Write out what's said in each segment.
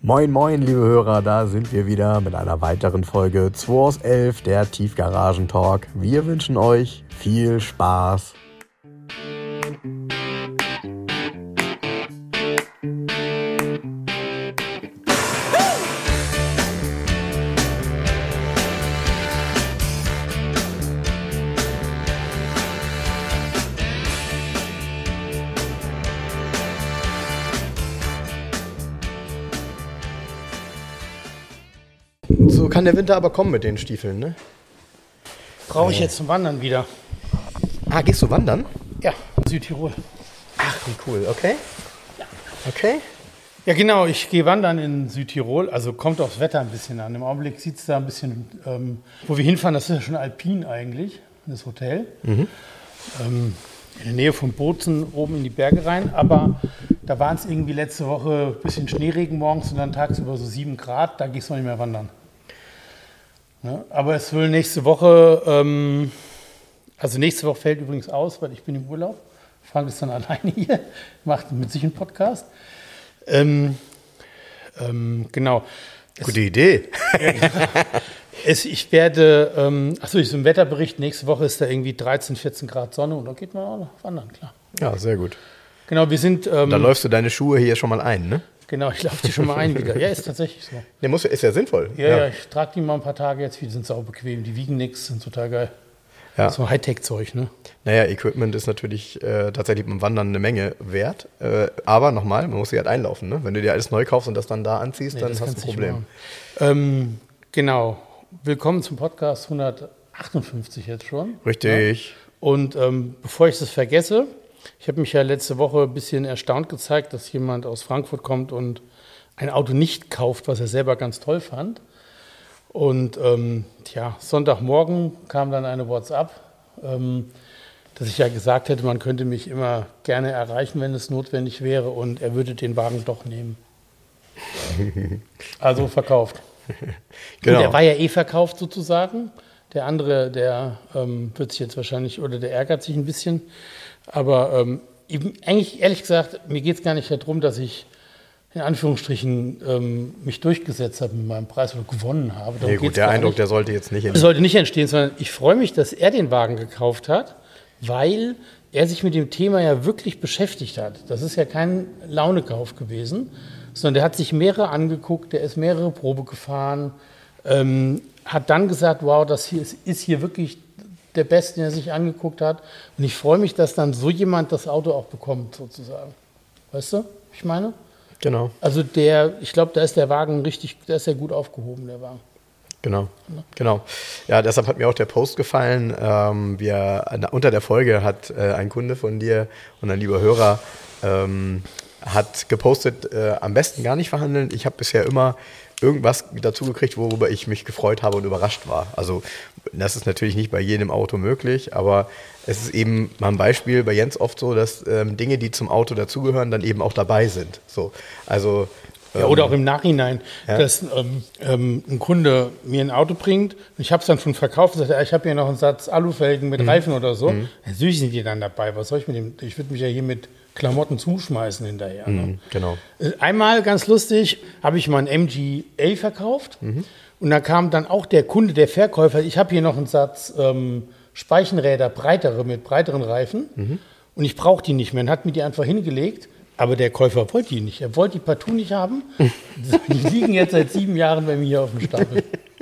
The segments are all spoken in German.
Moin moin liebe Hörer, da sind wir wieder mit einer weiteren Folge 2 aus 11, der Tiefgaragen-Talk. Wir wünschen euch viel Spaß. So kann der Winter aber kommen mit den Stiefeln, ne? Brauche ich jetzt zum Wandern wieder. Ah, gehst du wandern? Ja, Südtirol. Ach, wie cool, okay. Ja. Okay. Ja, genau, ich gehe wandern in Südtirol. Also kommt aufs Wetter ein bisschen an. Im Augenblick sieht es da ein bisschen, wo wir hinfahren, das ist ja schon alpin eigentlich, das Hotel. In der Nähe von Bozen, oben in die Berge rein. Aber da waren es irgendwie letzte Woche ein bisschen Schneeregen morgens und dann tagsüber so 7 Grad. Da gehst du noch nicht mehr wandern. Ne? Aber es will nächste Woche, nächste Woche fällt übrigens aus, weil ich bin im Urlaub. Frank ist dann alleine hier, macht mit sich einen Podcast. Genau. Gute Idee. Ich werde, ist im Wetterbericht, nächste Woche ist da irgendwie 13, 14 Grad Sonne und da geht man auch noch wandern, klar. Ja, sehr gut. Genau, wir sind... Da läufst du deine Schuhe hier schon mal ein, ne? Genau, ich laufe die schon mal ein wieder. Ja, ist tatsächlich so. Der ist ja sinnvoll. Ja, ich trage die mal ein paar Tage jetzt, die sind sau bequem, die wiegen nichts, sind total geil. Ja. So Hightech-Zeug, ne? Naja, Equipment ist natürlich tatsächlich beim Wandern eine Menge wert. Aber nochmal, man muss sich halt einlaufen, ne? Wenn du dir alles neu kaufst und das dann da anziehst, dann hast du ein Problem. Genau. Willkommen zum Podcast 158 jetzt schon. Richtig. Ja? Und bevor ich das vergesse, ich habe mich ja letzte Woche ein bisschen erstaunt gezeigt, dass jemand aus Frankfurt kommt und ein Auto nicht kauft, was er selber ganz toll fand. Und Sonntagmorgen kam dann eine WhatsApp, dass ich ja gesagt hätte, man könnte mich immer gerne erreichen, wenn es notwendig wäre, und er würde den Wagen doch nehmen. Also verkauft. Genau. Und der war ja eh verkauft sozusagen. Der andere, der wird sich jetzt wahrscheinlich, oder der ärgert sich ein bisschen. Aber eigentlich, ehrlich gesagt, mir geht es gar nicht darum, dass ich in Anführungsstrichen mich durchgesetzt habe mit meinem Preis oder gewonnen habe. Nee, gut, der Eindruck, der sollte jetzt nicht entstehen. Sollte nicht entstehen, sondern ich freue mich, dass er den Wagen gekauft hat, weil er sich mit dem Thema ja wirklich beschäftigt hat. Das ist ja kein Launekauf gewesen, sondern der hat sich mehrere angeguckt, der ist mehrere Probe gefahren, hat dann gesagt, wow, das hier ist hier wirklich der Beste, den er sich angeguckt hat. Und ich freue mich, dass dann so jemand das Auto auch bekommt, sozusagen. Weißt du, ich meine? Genau. Also ich glaube, da ist der Wagen der ist ja gut aufgehoben, der Wagen. Genau. Ja, deshalb hat mir auch der Post gefallen. Unter der Folge hat ein Kunde von dir und ein lieber Hörer hat gepostet, am besten gar nicht verhandeln. Ich habe bisher immer irgendwas dazu gekriegt, worüber ich mich gefreut habe und überrascht war. Also das ist natürlich nicht bei jedem Auto möglich, aber es ist eben mal ein Beispiel bei Jens oft so, dass Dinge, die zum Auto dazugehören, dann eben auch dabei sind. So, also ja, oder auch im Nachhinein, dass ein Kunde mir ein Auto bringt und ich habe es dann schon verkauft und sagt, ich habe hier noch einen Satz Alufelgen mit Reifen oder so. Natürlich sind die dann dabei. Was soll ich mit dem? Ich würde mich ja hier mit Klamotten zuschmeißen hinterher. Ne? Genau. Einmal, ganz lustig, habe ich mal ein MG-A verkauft und da kam dann auch der Kunde, der Verkäufer, ich habe hier noch einen Satz Speichenräder, mit breiteren Reifen und ich brauche die nicht mehr und hat mir die einfach hingelegt. Aber der Käufer wollte die nicht. Er wollte die partout nicht haben. Die liegen jetzt seit 7 Jahren bei mir hier auf dem Stapel.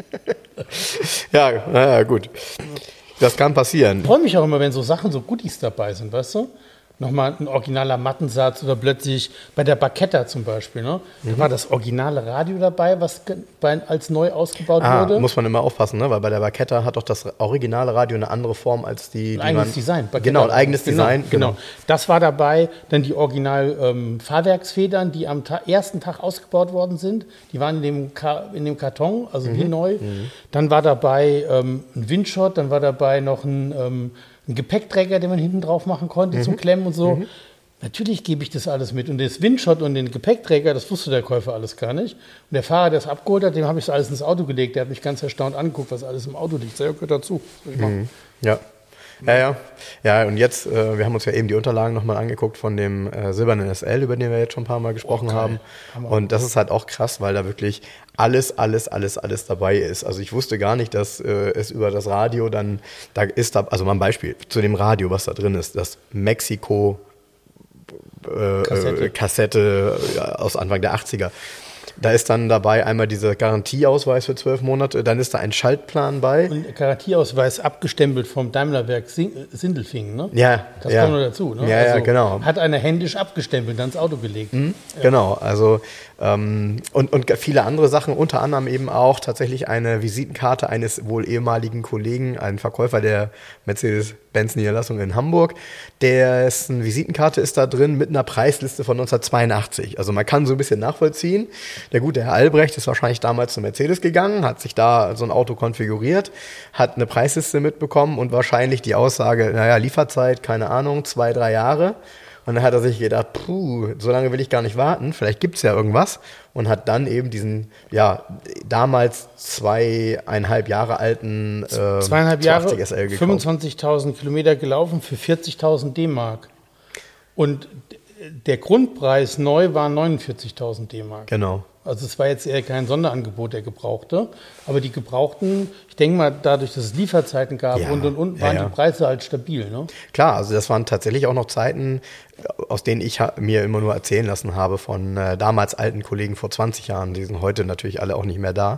Ja, gut. Das kann passieren. Ich freue mich auch immer, wenn so Sachen, so Goodies dabei sind, weißt du? Nochmal ein originaler Mattensatz oder plötzlich bei der Barchetta zum Beispiel. Ne? Da war das originale Radio dabei, was als neu ausgebaut wurde. Muss man immer aufpassen, ne? Weil bei der Barchetta hat doch das originale Radio eine andere Form als die. Ein eigenes Design. Genau, ein eigenes Design. Genau. Das war dabei. Dann die original Fahrwerksfedern, die am ersten Tag ausgebaut worden sind. Die waren in dem Karton, also wie neu. Dann war dabei ein Windshot, dann war dabei noch ein Gepäckträger, den man hinten drauf machen konnte zum Klemmen und so. Natürlich gebe ich das alles mit. Und das Windshot und den Gepäckträger, das wusste der Käufer alles gar nicht. Und der Fahrer, der es abgeholt hat, dem habe ich das alles ins Auto gelegt. Der hat mich ganz erstaunt angeguckt, was alles im Auto liegt. Das gehört dazu. Ja. Ja, und jetzt, wir haben uns ja eben die Unterlagen nochmal angeguckt von dem silbernen SL, über den wir jetzt schon ein paar Mal gesprochen haben. Und das ist halt auch krass, weil da wirklich alles dabei ist. Also ich wusste gar nicht, dass es über das Radio dann, da ist da, also mal ein Beispiel zu dem Radio, was da drin ist, das Mexiko Kassette aus Anfang der 80er. Da ist dann dabei einmal dieser Garantieausweis für 12 Monate, dann ist da ein Schaltplan bei. Und Garantieausweis abgestempelt vom Daimlerwerk Sindelfingen, ne? Ja. Das kommt noch dazu, ne? Ja, genau. Hat einer händisch abgestempelt, dann ins Auto gelegt. Genau, also und viele andere Sachen, unter anderem eben auch tatsächlich eine Visitenkarte eines wohl ehemaligen Kollegen, ein Verkäufer der Mercedes-Benz-Niederlassung in Hamburg, dessen Visitenkarte ist da drin mit einer Preisliste von 1982. Also man kann so ein bisschen nachvollziehen. Der gute Herr Albrecht ist wahrscheinlich damals zu Mercedes gegangen, hat sich da so ein Auto konfiguriert, hat eine Preisliste mitbekommen und wahrscheinlich die Aussage, naja, Lieferzeit, keine Ahnung, 2-3 Jahre. Und dann hat er sich gedacht, so lange will ich gar nicht warten, vielleicht gibt's ja irgendwas. Und hat dann eben diesen, damals 2,5 Jahre alten 2,5 Jahre, SL gekauft. 25.000 Kilometer gelaufen für 40.000 D-Mark. Und der Grundpreis neu war 49.000 D-Mark. Genau. Also es war jetzt eher kein Sonderangebot, der Gebrauchte. Aber die Gebrauchten, ich denke mal, dadurch, dass es Lieferzeiten gab waren die Preise halt stabil. Ne? Klar, also das waren tatsächlich auch noch Zeiten, aus denen ich mir immer nur erzählen lassen habe von damals alten Kollegen vor 20 Jahren. Die sind heute natürlich alle auch nicht mehr da.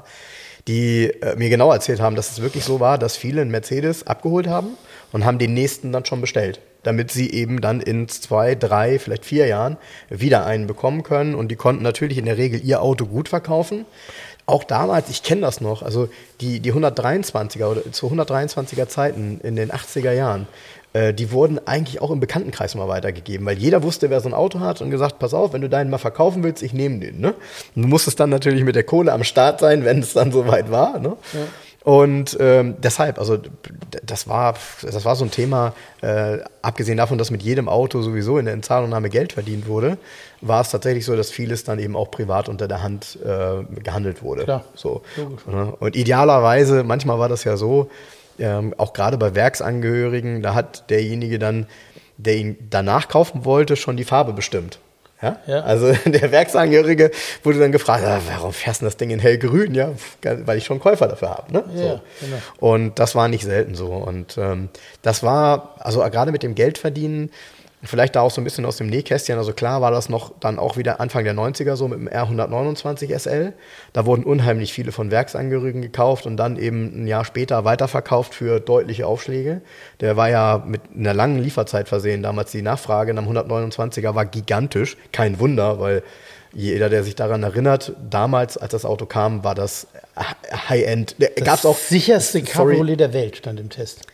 Die mir genau erzählt haben, dass es wirklich so war, dass viele einen Mercedes abgeholt haben und haben den nächsten dann schon bestellt, damit sie eben dann in 2, 3, vielleicht 4 Jahren wieder einen bekommen können. Und die konnten natürlich in der Regel ihr Auto gut verkaufen. Auch damals, ich kenne das noch, also die 123er oder zu 123er Zeiten in den 80er Jahren, die wurden eigentlich auch im Bekanntenkreis mal weitergegeben, weil jeder wusste, wer so ein Auto hat und gesagt, pass auf, wenn du deinen mal verkaufen willst, ich nehme den. Ne? Und du musstest dann natürlich mit der Kohle am Start sein, wenn es dann soweit war. Ne? Ja. Und deshalb, also das war so ein Thema, abgesehen davon, dass mit jedem Auto sowieso in der Entzahlungnahme Geld verdient wurde, war es tatsächlich so, dass vieles dann eben auch privat unter der Hand gehandelt wurde. Klar. So. Und idealerweise, manchmal war das ja so, auch gerade bei Werksangehörigen, da hat derjenige dann, der ihn danach kaufen wollte, schon die Farbe bestimmt. Ja? Also der Werksangehörige wurde dann gefragt, warum fährst du das Ding in hellgrün? Ja, weil ich schon einen Käufer dafür habe. Ne? Ja, so. Genau. Und das war nicht selten so. Und das war, also gerade mit dem Geldverdienen, vielleicht da auch so ein bisschen aus dem Nähkästchen, also klar war das noch dann auch wieder Anfang der 90er so mit dem R129 SL. Da wurden unheimlich viele von Werksangehörigen gekauft und dann eben ein Jahr später weiterverkauft für deutliche Aufschläge. Der war ja mit einer langen Lieferzeit versehen. Damals die Nachfrage nach dem 129er war gigantisch. Kein Wunder, weil jeder, der sich daran erinnert, damals, als das Auto kam, war das High-End. Gab's auch sicherste Cabriolet der Welt stand im Test.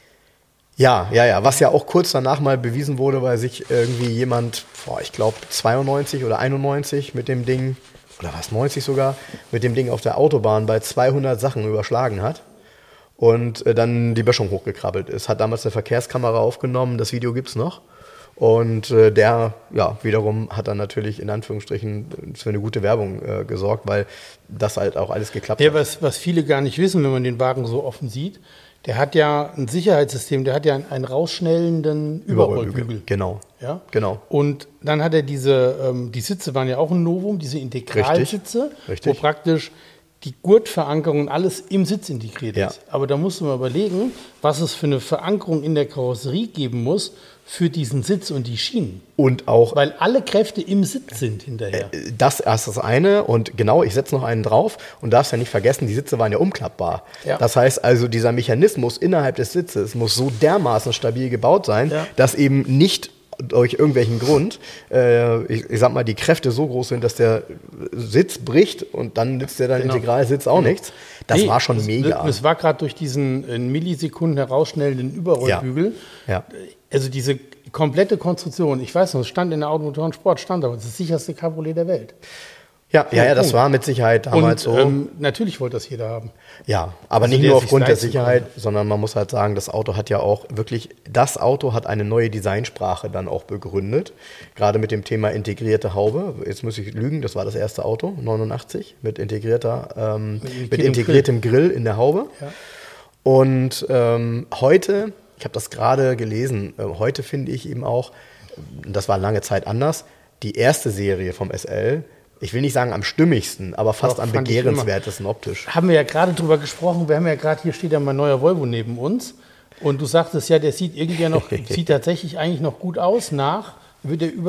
Ja. Was ja auch kurz danach mal bewiesen wurde, weil sich irgendwie jemand, ich glaube 92 oder 91 mit dem Ding, oder was, 90 sogar, mit dem Ding auf der Autobahn bei 200 Sachen überschlagen hat und dann die Böschung hochgekrabbelt ist. Hat damals eine Verkehrskamera aufgenommen, das Video gibt's noch. Und der, wiederum hat dann natürlich in Anführungsstrichen für eine gute Werbung gesorgt, weil das halt auch alles geklappt hat. Was viele gar nicht wissen, wenn man den Wagen so offen sieht, der hat ja ein Sicherheitssystem, der hat ja einen rausschnellenden Überrollbügel. Genau. Ja? Genau. Und dann hat er die Sitze waren ja auch ein Novum, diese Integralsitze, Richtig. wo praktisch die Gurtverankerung und alles im Sitz integriert ist. Aber da musst du mal überlegen, was es für eine Verankerung in der Karosserie geben muss für diesen Sitz und die Schienen. Und auch, weil alle Kräfte im Sitz sind hinterher. Das ist das eine und genau, ich setze noch einen drauf und darfst ja nicht vergessen, die Sitze waren ja umklappbar. Ja. Das heißt also, dieser Mechanismus innerhalb des Sitzes muss so dermaßen stabil gebaut sein, dass eben nicht durch irgendwelchen Grund, ich sag mal, die Kräfte so groß sind, dass der Sitz bricht und dann nützt der dann Integralsitz auch nichts. Das war schon mega. Es war gerade durch diesen in Millisekunden herausschnellenden Überrollbügel. Ja. Also diese komplette Konstruktion, ich weiß noch, es stand in der Automotoren Sport, stand aber, das ist das sicherste Cabriolet der Welt. Ja, das war mit Sicherheit damals so. Natürlich wollte das jeder haben. Ja, aber also nicht nur aufgrund der Sicherheit, sondern man muss halt sagen, das Auto hat eine neue Designsprache dann auch begründet. Gerade mit dem Thema integrierte Haube. Jetzt muss ich lügen, das war das erste Auto, 89, mit integriertem Grill in der Haube. Ja. Und heute ich habe das gerade gelesen, heute finde ich eben auch, das war lange Zeit anders, die erste Serie vom SL, ich will nicht sagen am stimmigsten, aber fast am begehrenswertesten optisch. Haben wir ja gerade drüber gesprochen, wir haben ja gerade, hier steht ja mein neuer Volvo neben uns und du sagtest ja, der sieht irgendwie noch, sieht tatsächlich eigentlich noch gut aus, wird er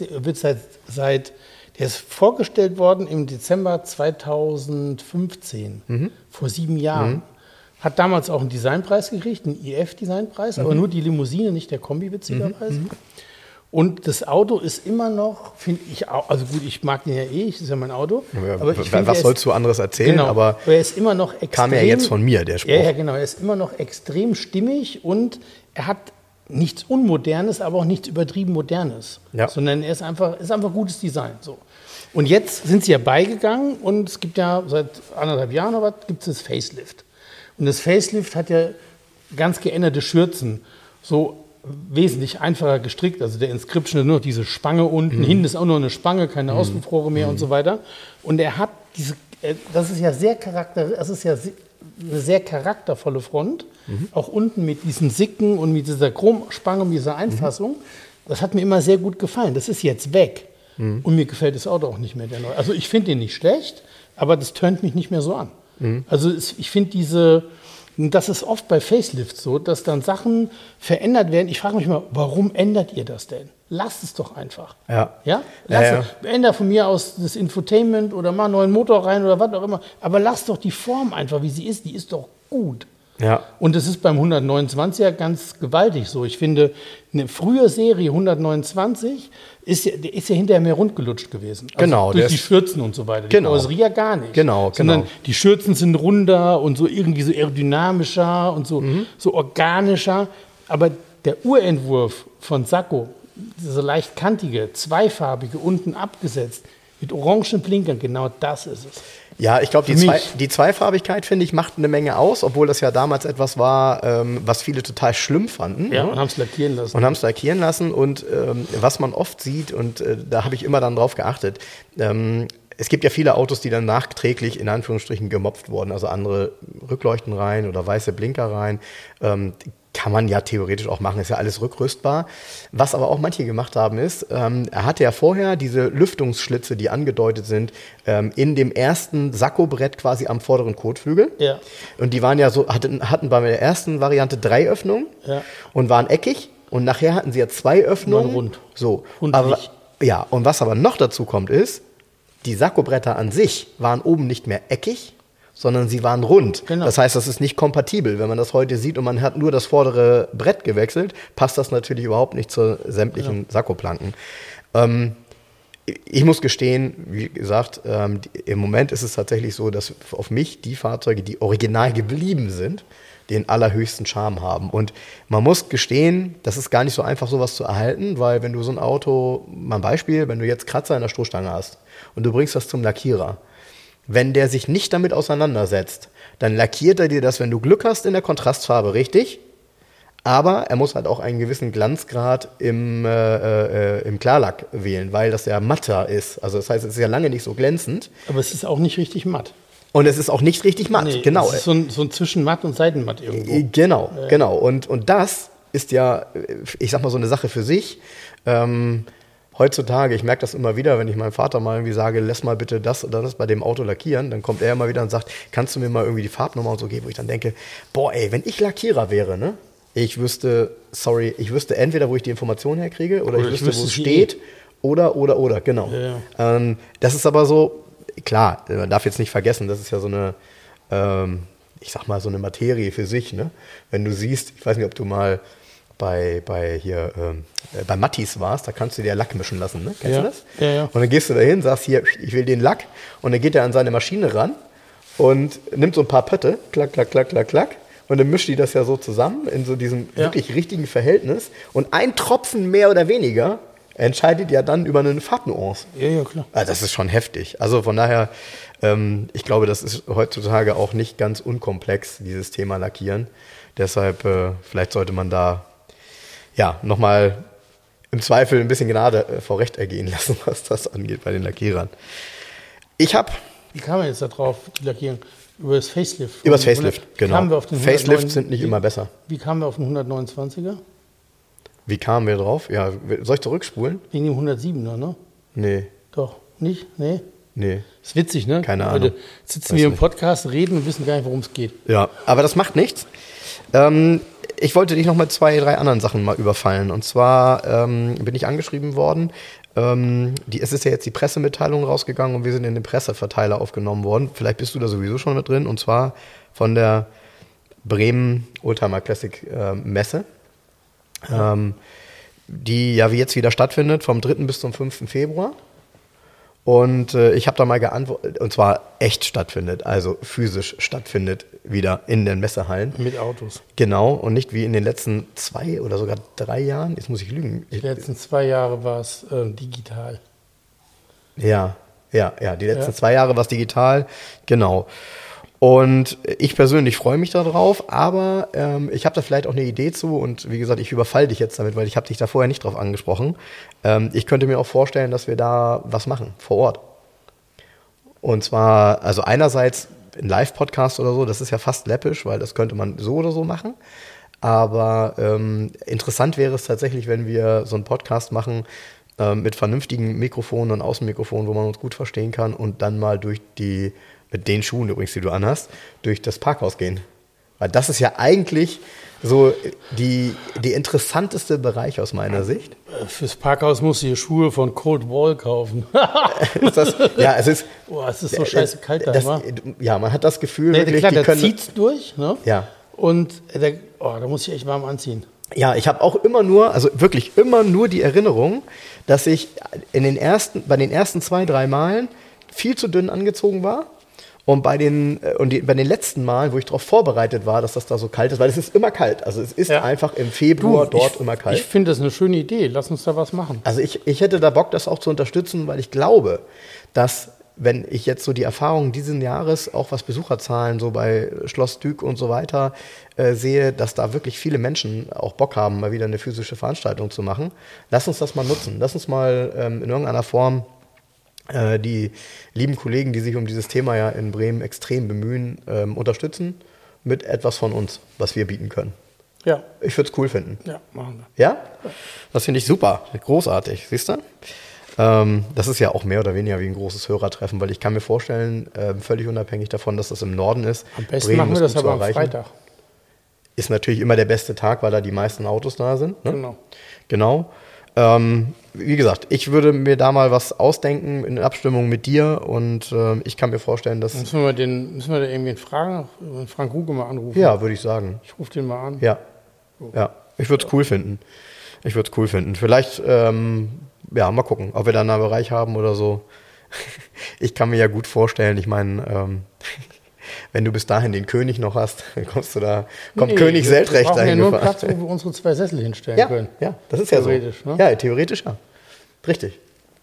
der ist vorgestellt worden im Dezember 2015, vor 7 Jahren. Hat damals auch einen Designpreis gekriegt, einen IF-Designpreis, aber nur die Limousine, nicht der Kombi, witzigerweise. Und das Auto ist immer noch, finde ich auch, also gut, ich mag den ja das ist ja mein Auto. Aber ich find, was sollst du anderes erzählen? Genau, aber er ist immer noch extrem. Kam ja jetzt von mir, der Spruch. Ja, genau, er ist immer noch extrem stimmig und er hat nichts Unmodernes, aber auch nichts übertrieben Modernes. Ja. Sondern er ist einfach gutes Design. So. Und jetzt sind sie ja beigegangen und es gibt ja seit 1,5 Jahren oder was, gibt es das Facelift. Und das Facelift hat ja ganz geänderte Schürzen, so wesentlich einfacher gestrickt. Also der Inscription ist nur noch diese Spange unten, hinten ist auch nur eine Spange, keine Auspuffrohre mehr und so weiter. Und er hat das ist ja eine sehr charaktervolle Front, auch unten mit diesen Sicken und mit dieser Chromspange, mit dieser Einfassung. Das hat mir immer sehr gut gefallen. Das ist jetzt weg. Und mir gefällt das Auto auch nicht mehr, der neue. Also ich finde den nicht schlecht, aber das tönt mich nicht mehr so an. Also ich finde das ist oft bei Facelifts so, dass dann Sachen verändert werden. Ich frage mich mal, warum ändert ihr das denn? Lasst es doch einfach. Ja? Änder von mir aus das Infotainment oder mach einen neuen Motor rein oder was auch immer. Aber lasst doch die Form einfach, wie sie ist. Die ist doch gut. Ja. Und das ist beim 129er ganz gewaltig so. Ich finde, eine frühe Serie 129 ist ja hinterher mehr rundgelutscht gewesen. Also genau. Durch die Schürzen und so weiter. Die Karosserie ja gar nicht. Sondern die Schürzen sind runder und so irgendwie so aerodynamischer und so organischer. Aber der Urentwurf von Sacco, diese leicht kantige, zweifarbige, unten abgesetzt, mit orangen Blinkern, genau das ist es. Ja, ich glaube, die Zweifarbigkeit, finde ich, macht eine Menge aus, obwohl das ja damals etwas war, was viele total schlimm fanden. Ja, und haben es lackieren lassen. Und was man oft sieht, und da habe ich immer dann drauf geachtet, es gibt ja viele Autos, die dann nachträglich in Anführungsstrichen gemopft wurden, also andere Rückleuchten rein oder weiße Blinker rein. Kann man ja theoretisch auch machen, ist ja alles rückrüstbar. Was aber auch manche gemacht haben ist, er hatte ja vorher diese Lüftungsschlitze, die angedeutet sind, in dem ersten Sacco-Brett quasi am vorderen Kotflügel. Ja. Und die waren ja so, hatten bei der ersten Variante 3 Öffnungen und waren eckig. Und nachher hatten sie ja 2 Öffnungen. Waren rund. So. Aber, ja, und was aber noch dazu kommt ist, die Sacco-Bretter an sich waren oben nicht mehr eckig, sondern sie waren rund. Genau. Das heißt, das ist nicht kompatibel. Wenn man das heute sieht und man hat nur das vordere Brett gewechselt, passt das natürlich überhaupt nicht zu sämtlichen Sacco-Planken. Ich muss gestehen, wie gesagt, im Moment ist es tatsächlich so, dass auf mich die Fahrzeuge, die original geblieben sind, den allerhöchsten Charme haben. Und man muss gestehen, das ist gar nicht so einfach, sowas zu erhalten, weil wenn du so ein Auto, mal ein Beispiel, wenn du jetzt Kratzer in der Stoßstange hast und du bringst das zum Lackierer, wenn der sich nicht damit auseinandersetzt, dann lackiert er dir das, wenn du Glück hast, in der Kontrastfarbe richtig. Aber er muss halt auch einen gewissen Glanzgrad im Klarlack wählen, weil das ja matter ist. Also das heißt, es ist ja lange nicht so glänzend. Aber es ist auch nicht richtig matt. Und es ist auch nicht richtig matt, genau. Es ist so ein zwischen matt und Seitenmatt irgendwo. Genau. Und das ist ja, ich sag mal, so eine Sache für sich. Heutzutage, ich merke das immer wieder, wenn ich meinem Vater mal irgendwie sage, lass mal bitte das oder das bei dem Auto lackieren, dann kommt er immer wieder und sagt, kannst du mir mal irgendwie die Farbnummer und so geben, wo ich dann denke, boah ey, wenn ich Lackierer wäre, ne, ich wüsste entweder, wo ich die Information herkriege oder ich wüsste, wo es steht oder, genau. Ja. Das ist aber so, klar, man darf jetzt nicht vergessen, das ist ja so eine, ich sag mal, so eine Materie für sich, ne, wenn du siehst, ich weiß nicht, ob du mal bei Mattis warst, da kannst du dir Lack mischen lassen, ne? Kennst du das? Ja. Und dann gehst du da hin, sagst hier, ich will den Lack, und dann geht er an seine Maschine ran und nimmt so ein paar Pötte, klack, klack, klack, klack, klack, und dann mischt die das ja so zusammen in so diesem wirklich richtigen Verhältnis, und ein Tropfen mehr oder weniger entscheidet ja dann über eine Farbnuance. Ja, klar. Also das ist schon heftig. Also von daher, ich glaube, das ist heutzutage auch nicht ganz unkomplex, dieses Thema Lackieren. Deshalb, vielleicht sollte man da nochmal im Zweifel ein bisschen Gnade vor Recht ergehen lassen, was das angeht bei den Lackierern. Wie kam man jetzt da drauf, die Lackierung? Über das Facelift. Über das Facelift, genau. Kamen wir auf den Facelifts sind nicht immer besser. Wie kamen wir auf den 129er? Wie kamen wir drauf? Ja, soll ich zurückspulen? Wegen dem 107er, ne? Nee. Doch, nicht? Nee? Nee. Ist witzig, ne? Keine Ahnung. Heute sitzen wir im Podcast, reden und wissen gar nicht, worum es geht. Ja, aber das macht nichts. Ich wollte dich noch mit 2, 3 anderen Sachen mal überfallen. Und zwar bin ich angeschrieben worden. Es ist ja jetzt die Pressemitteilung rausgegangen und wir sind in den Presseverteiler aufgenommen worden. Vielleicht bist du da sowieso schon mit drin. Und zwar von der Bremen Oldtimer Classic Messe. Die ja wie jetzt wieder stattfindet, vom 3. bis zum 5. Februar. Und ich habe da mal geantwortet, und zwar echt stattfindet, also physisch stattfindet, wieder in den Messehallen. Mit Autos. Genau, und nicht wie in den letzten 2 oder sogar 3 Jahren, jetzt muss ich lügen. Die letzten 2 Jahre war es digital. Ja, die letzten 2 Jahre war es digital, genau. Und ich persönlich freue mich darauf, aber ich habe da vielleicht auch eine Idee zu und wie gesagt, ich überfalle dich jetzt damit, weil ich habe dich da vorher nicht drauf angesprochen. Ich könnte mir auch vorstellen, dass wir da was machen, vor Ort. Und zwar, also einerseits ein Live-Podcast oder so, das ist ja fast läppisch, weil das könnte man so oder so machen. Aber interessant wäre es tatsächlich, wenn wir so einen Podcast machen mit vernünftigen Mikrofonen und Außenmikrofonen, wo man uns gut verstehen kann und dann mal mit den Schuhen übrigens, die du anhast, durch das Parkhaus gehen. Weil das ist ja eigentlich so die interessanteste Bereich aus meiner Sicht. Fürs Parkhaus musst du hier Schuhe von Cold Wall kaufen. Es ist so scheiße kalt da, wa? Ja, man hat das Gefühl, wirklich, klar, der zieht's durch, ne? Ja. Und da muss ich echt warm anziehen. Ja, ich habe auch immer nur die Erinnerung, dass ich bei den ersten 2, 3 Malen viel zu dünn angezogen war. Und bei den letzten Malen, wo ich darauf vorbereitet war, dass das da so kalt ist, weil es ist immer kalt. Also es ist einfach im Februar immer kalt. Ich finde das eine schöne Idee. Lass uns da was machen. Also ich hätte da Bock, das auch zu unterstützen, weil ich glaube, dass, wenn ich jetzt so die Erfahrungen dieses Jahres, auch was Besucherzahlen so bei Schloss Dück und so weiter sehe, dass da wirklich viele Menschen auch Bock haben, mal wieder eine physische Veranstaltung zu machen. Lass uns das mal nutzen. Lass uns mal in irgendeiner Form die lieben Kollegen, die sich um dieses Thema ja in Bremen extrem bemühen, unterstützen mit etwas von uns, was wir bieten können. Ja. Ich würde es cool finden. Ja, machen wir. Ja? Das finde ich super, großartig, siehst du? Das ist ja auch mehr oder weniger wie ein großes Hörertreffen, weil ich kann mir vorstellen, völlig unabhängig davon, dass das im Norden ist. Am besten Bremen machen wir das aber am Freitag. Ist natürlich immer der beste Tag, weil da die meisten Autos da sind. Ne? Genau. Wie gesagt, ich würde mir da mal was ausdenken in Abstimmung mit dir und ich kann mir vorstellen, dass... Müssen wir da irgendwie Frank Ruge mal anrufen? Ja, würde ich sagen. Ich rufe den mal an. Ja, ich würde es cool finden. Vielleicht, mal gucken, ob wir da einen Bereich haben oder so. Ich kann mir ja gut vorstellen, ich meine... Wenn du bis dahin den König noch hast, dann kommt König Seltrecht dahin. Wir brauchen ja nur einen Platz, wo wir unsere 2 Sessel hinstellen können. Ja, das ist ja so. Theoretisch, ne? Ja, theoretisch ja. Richtig.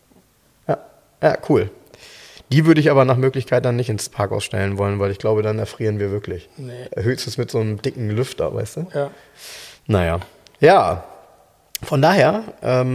Ja, cool. Die würde ich aber nach Möglichkeit dann nicht ins Parkhaus stellen wollen, weil ich glaube, dann erfrieren wir wirklich. Nee. Höchstens mit so einem dicken Lüfter, weißt du? Ja. Naja. Ja, von daher,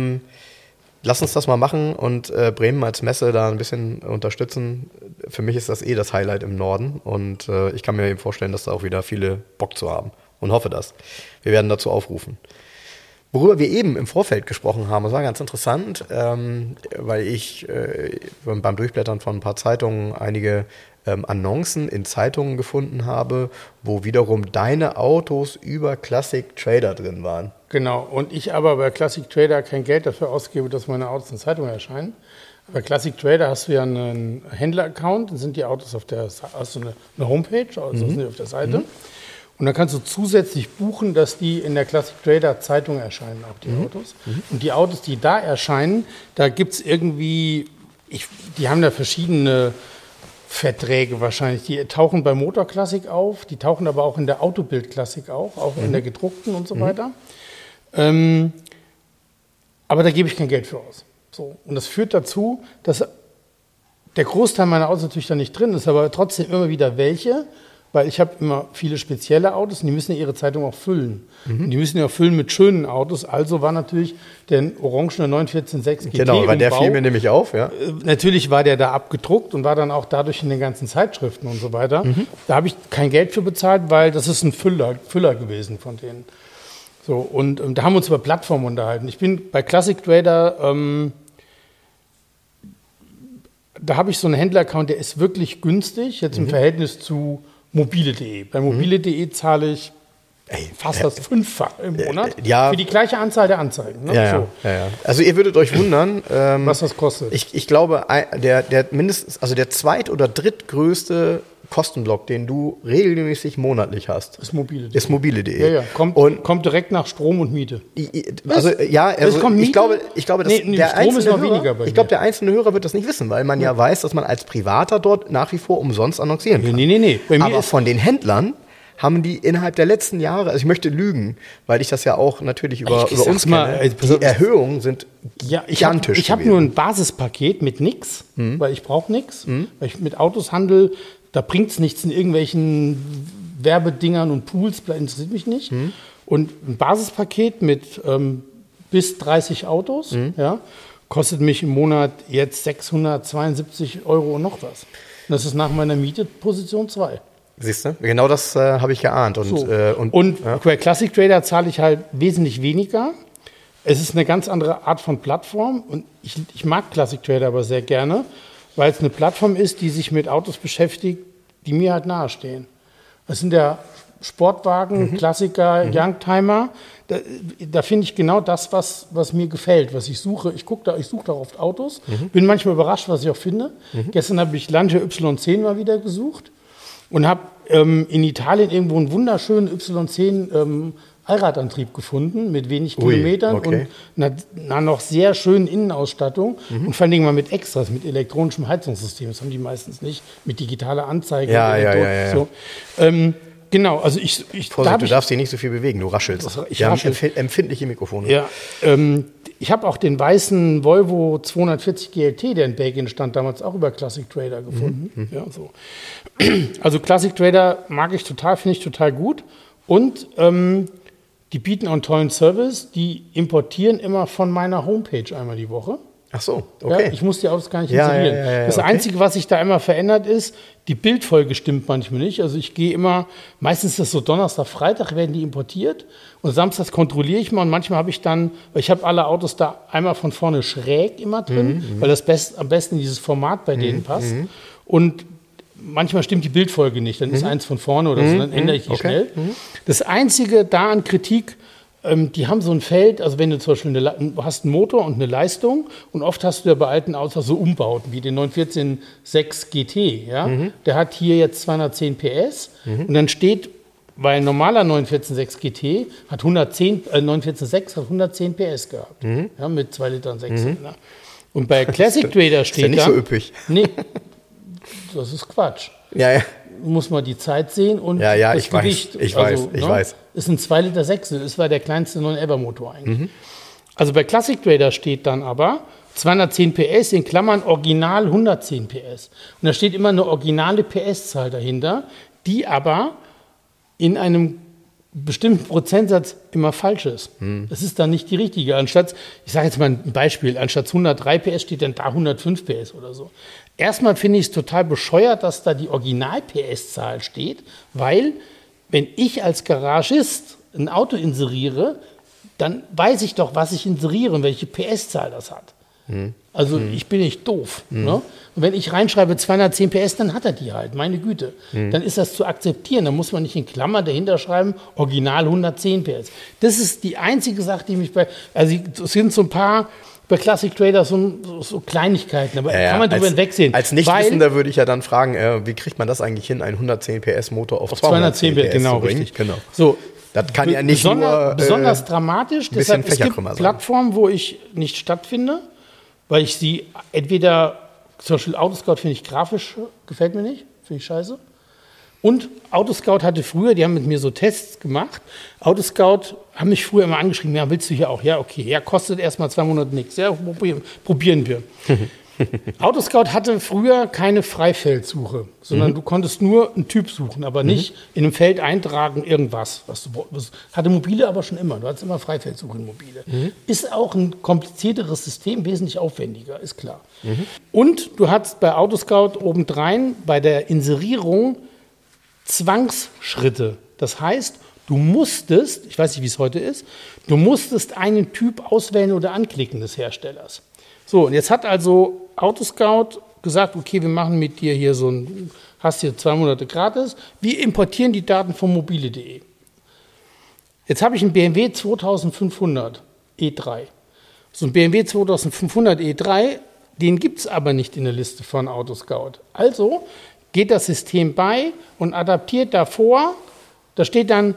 lass uns das mal machen und Bremen als Messe da ein bisschen unterstützen. Für mich ist das das Highlight im Norden und ich kann mir eben vorstellen, dass da auch wieder viele Bock zu haben und hoffe das. Wir werden dazu aufrufen. Worüber wir eben im Vorfeld gesprochen haben, das war ganz interessant, weil ich beim Durchblättern von ein paar Zeitungen einige Annoncen in Zeitungen gefunden habe, wo wiederum deine Autos über Classic Trader drin waren. Genau, und ich aber bei Classic Trader kein Geld dafür ausgebe, dass meine Autos in Zeitungen erscheinen. Bei Classic Trader hast du ja einen Händler-Account, dann sind die Autos hast du eine Homepage, also sind die auf der Seite. Und dann kannst du zusätzlich buchen, dass die in der Classic Trader Zeitung erscheinen, auch die Autos. Und die Autos, die da erscheinen, da gibt es irgendwie, die haben da verschiedene Verträge wahrscheinlich. Die tauchen bei Motor Classic auf, die tauchen aber auch in der Autobild Classic auch in der gedruckten und so weiter. Aber da gebe ich kein Geld für aus. So. Und das führt dazu, dass der Großteil meiner Autos natürlich da nicht drin ist, aber trotzdem immer wieder welche. weil ich habe immer viele spezielle Autos und die müssen ja ihre Zeitung auch füllen. Und die müssen ja auch füllen mit schönen Autos. Also war natürlich der orangene 914.6 GT Genau, weil der Bau. fiel mir nämlich auf, ja. Natürlich war der da abgedruckt und war dann auch dadurch in den ganzen Zeitschriften und so weiter. Da habe ich kein Geld für bezahlt, weil das ist ein Füller gewesen von denen. So, und da haben wir uns über Plattformen unterhalten. Ich bin bei Classic Trader, da habe ich so einen Händler-Account, der ist wirklich günstig, jetzt im Verhältnis zu mobile.de. Bei mobile.de zahle ich fast das Fünffache im Monat für die gleiche Anzahl der Anzeigen. Ne? Ja. Also ihr würdet euch wundern, was das kostet. Ich glaube, der mindestens, also der zweit- oder drittgrößte Kostenblock, den du regelmäßig monatlich hast, ist mobile.de. Ja. Kommt direkt nach Strom und Miete. Ich glaube, dass der einzelne Hörer wird das nicht wissen, weil man ja weiß, dass man als Privater dort nach wie vor umsonst annoncieren kann. Nee. Aber von den Händlern haben die innerhalb der letzten Jahre, also ich möchte lügen, weil ich das ja auch natürlich über uns kenne, die Erhöhungen sind gigantisch. Ich habe nur ein Basispaket mit nix, weil ich brauche nichts, weil ich mit Autos handle, da bringt es nichts in irgendwelchen Werbedingern und Pools, interessiert mich nicht. Und ein Basispaket mit bis 30 Autos, kostet mich im Monat jetzt 672 € und noch was. Und das ist nach meiner Miete Position 2. Siehst du? Genau das habe ich geahnt. Und bei Classic Trader zahle ich halt wesentlich weniger. Es ist eine ganz andere Art von Plattform und ich mag Classic Trader aber sehr gerne, weil es eine Plattform ist, die sich mit Autos beschäftigt, die mir halt nahestehen. Das sind ja Sportwagen, Klassiker, Youngtimer. Da finde ich genau das, was mir gefällt, was ich suche. Ich suche da oft Autos, bin manchmal überrascht, was ich auch finde. Gestern habe ich Lancia Y10 mal wieder gesucht. Und habe in Italien irgendwo einen wunderschönen Y10 Allradantrieb gefunden mit wenig Kilometern und einer noch sehr schönen Innenausstattung und vor allen Dingen mal mit Extras, mit elektronischem Heizungssystem. Das haben die meistens nicht, mit digitaler Anzeige. Ja. So. Genau, also Vorsicht, du darfst dich nicht so viel bewegen, du raschelst. Ich raschel. Empfindliche Mikrofone. Ja, ich habe auch den weißen Volvo 240 GLT, der in Belgien stand, damals auch über Classic Trader gefunden. Ja, so. Also Classic Trader mag ich total, finde ich total gut. Und die bieten auch einen tollen Service. Die importieren immer von meiner Homepage einmal die Woche. Ach so, okay. Ja, ich muss die Autos gar nicht installieren. Das Einzige, was sich da immer verändert ist, die Bildfolge stimmt manchmal nicht. Also ich gehe immer, meistens ist das so Donnerstag, Freitag werden die importiert und samstags kontrolliere ich mal und manchmal habe ich dann, weil ich habe alle Autos da einmal von vorne schräg immer drin, weil das am besten in dieses Format bei denen passt. Und manchmal stimmt die Bildfolge nicht, dann ist eins von vorne oder so, dann ändere ich die schnell. Das Einzige da an Kritik, die haben so ein Feld, also wenn du zum Beispiel hast einen Motor und eine Leistung und oft hast du ja bei alten Autos so Umbauten, wie den 914.6 GT, ja? Der hat hier jetzt 210 PS und dann steht, weil ein normaler 914.6 GT hat 914.6 hat 110 PS gehabt, ja, mit 2 Litern 6. Und bei Classic Trader steht da... Ist ja nicht so üppig. Nee, das ist Quatsch. Ja. Muss man die Zeit sehen und das Gewicht. Ich weiß. Ist ein 2 Liter 6, das war der kleinste 911-Motor eigentlich. Also bei Classic Trader steht dann aber 210 PS, in Klammern original 110 PS. Und da steht immer eine originale PS-Zahl dahinter, die aber in einem bestimmten Prozentsatz immer falsch ist. Das ist dann nicht die richtige. Anstatt, ich sage jetzt mal ein Beispiel, anstatt 103 PS steht dann da 105 PS oder so. Erstmal finde ich es total bescheuert, dass da die Original-PS-Zahl steht, weil wenn ich als Garagist ein Auto inseriere, dann weiß ich doch, was ich inseriere und welche PS-Zahl das hat. Also ich bin nicht doof. Ne? Und wenn ich reinschreibe 210 PS, dann hat er die halt, meine Güte. Dann ist das zu akzeptieren. Dann muss man nicht in Klammern dahinter schreiben, original 110 PS. Das ist die einzige Sache, die mich also es sind so ein paar bei Classic Trader so Kleinigkeiten, aber kann man drüber hinwegsehen. Als Nichtwissender würde ich ja dann fragen, wie kriegt man das eigentlich hin, einen 110 PS Motor auf 210 PS genau, zu bringen? Richtig. Genau. So, das kann ja nicht besonders dramatisch. Deshalb, es gibt sein. Plattformen, wo ich nicht stattfinde, weil ich sie entweder, zum Beispiel Autoscout finde ich grafisch, gefällt mir nicht, finde ich scheiße. Und Autoscout hatte früher, die haben mit mir so Tests gemacht. Autoscout haben mich früher immer angeschrieben, ja, willst du hier auch? Ja, okay, ja, kostet erst mal 2 Monate nichts. Ja, probieren wir. Autoscout hatte früher keine Freifeldsuche, sondern du konntest nur einen Typ suchen, aber nicht in einem Feld eintragen irgendwas. Was hatte Mobile aber schon immer. Du hattest immer Freifeldsuche in Mobile. Ist auch ein komplizierteres System, wesentlich aufwendiger, ist klar. Und du hattest bei Autoscout obendrein bei der Inserierung Zwangsschritte. Das heißt, du musstest, ich weiß nicht, wie es heute ist, du musstest einen Typ auswählen oder anklicken des Herstellers. So, und jetzt hat also Autoscout gesagt, okay, wir machen mit dir hier hast hier 2 Monate gratis, wir importieren die Daten von mobile.de. Jetzt habe ich einen BMW 2500 E3. So ein BMW 2500 E3, den gibt es aber nicht in der Liste von Autoscout. Also geht das System bei und adaptiert davor, da steht dann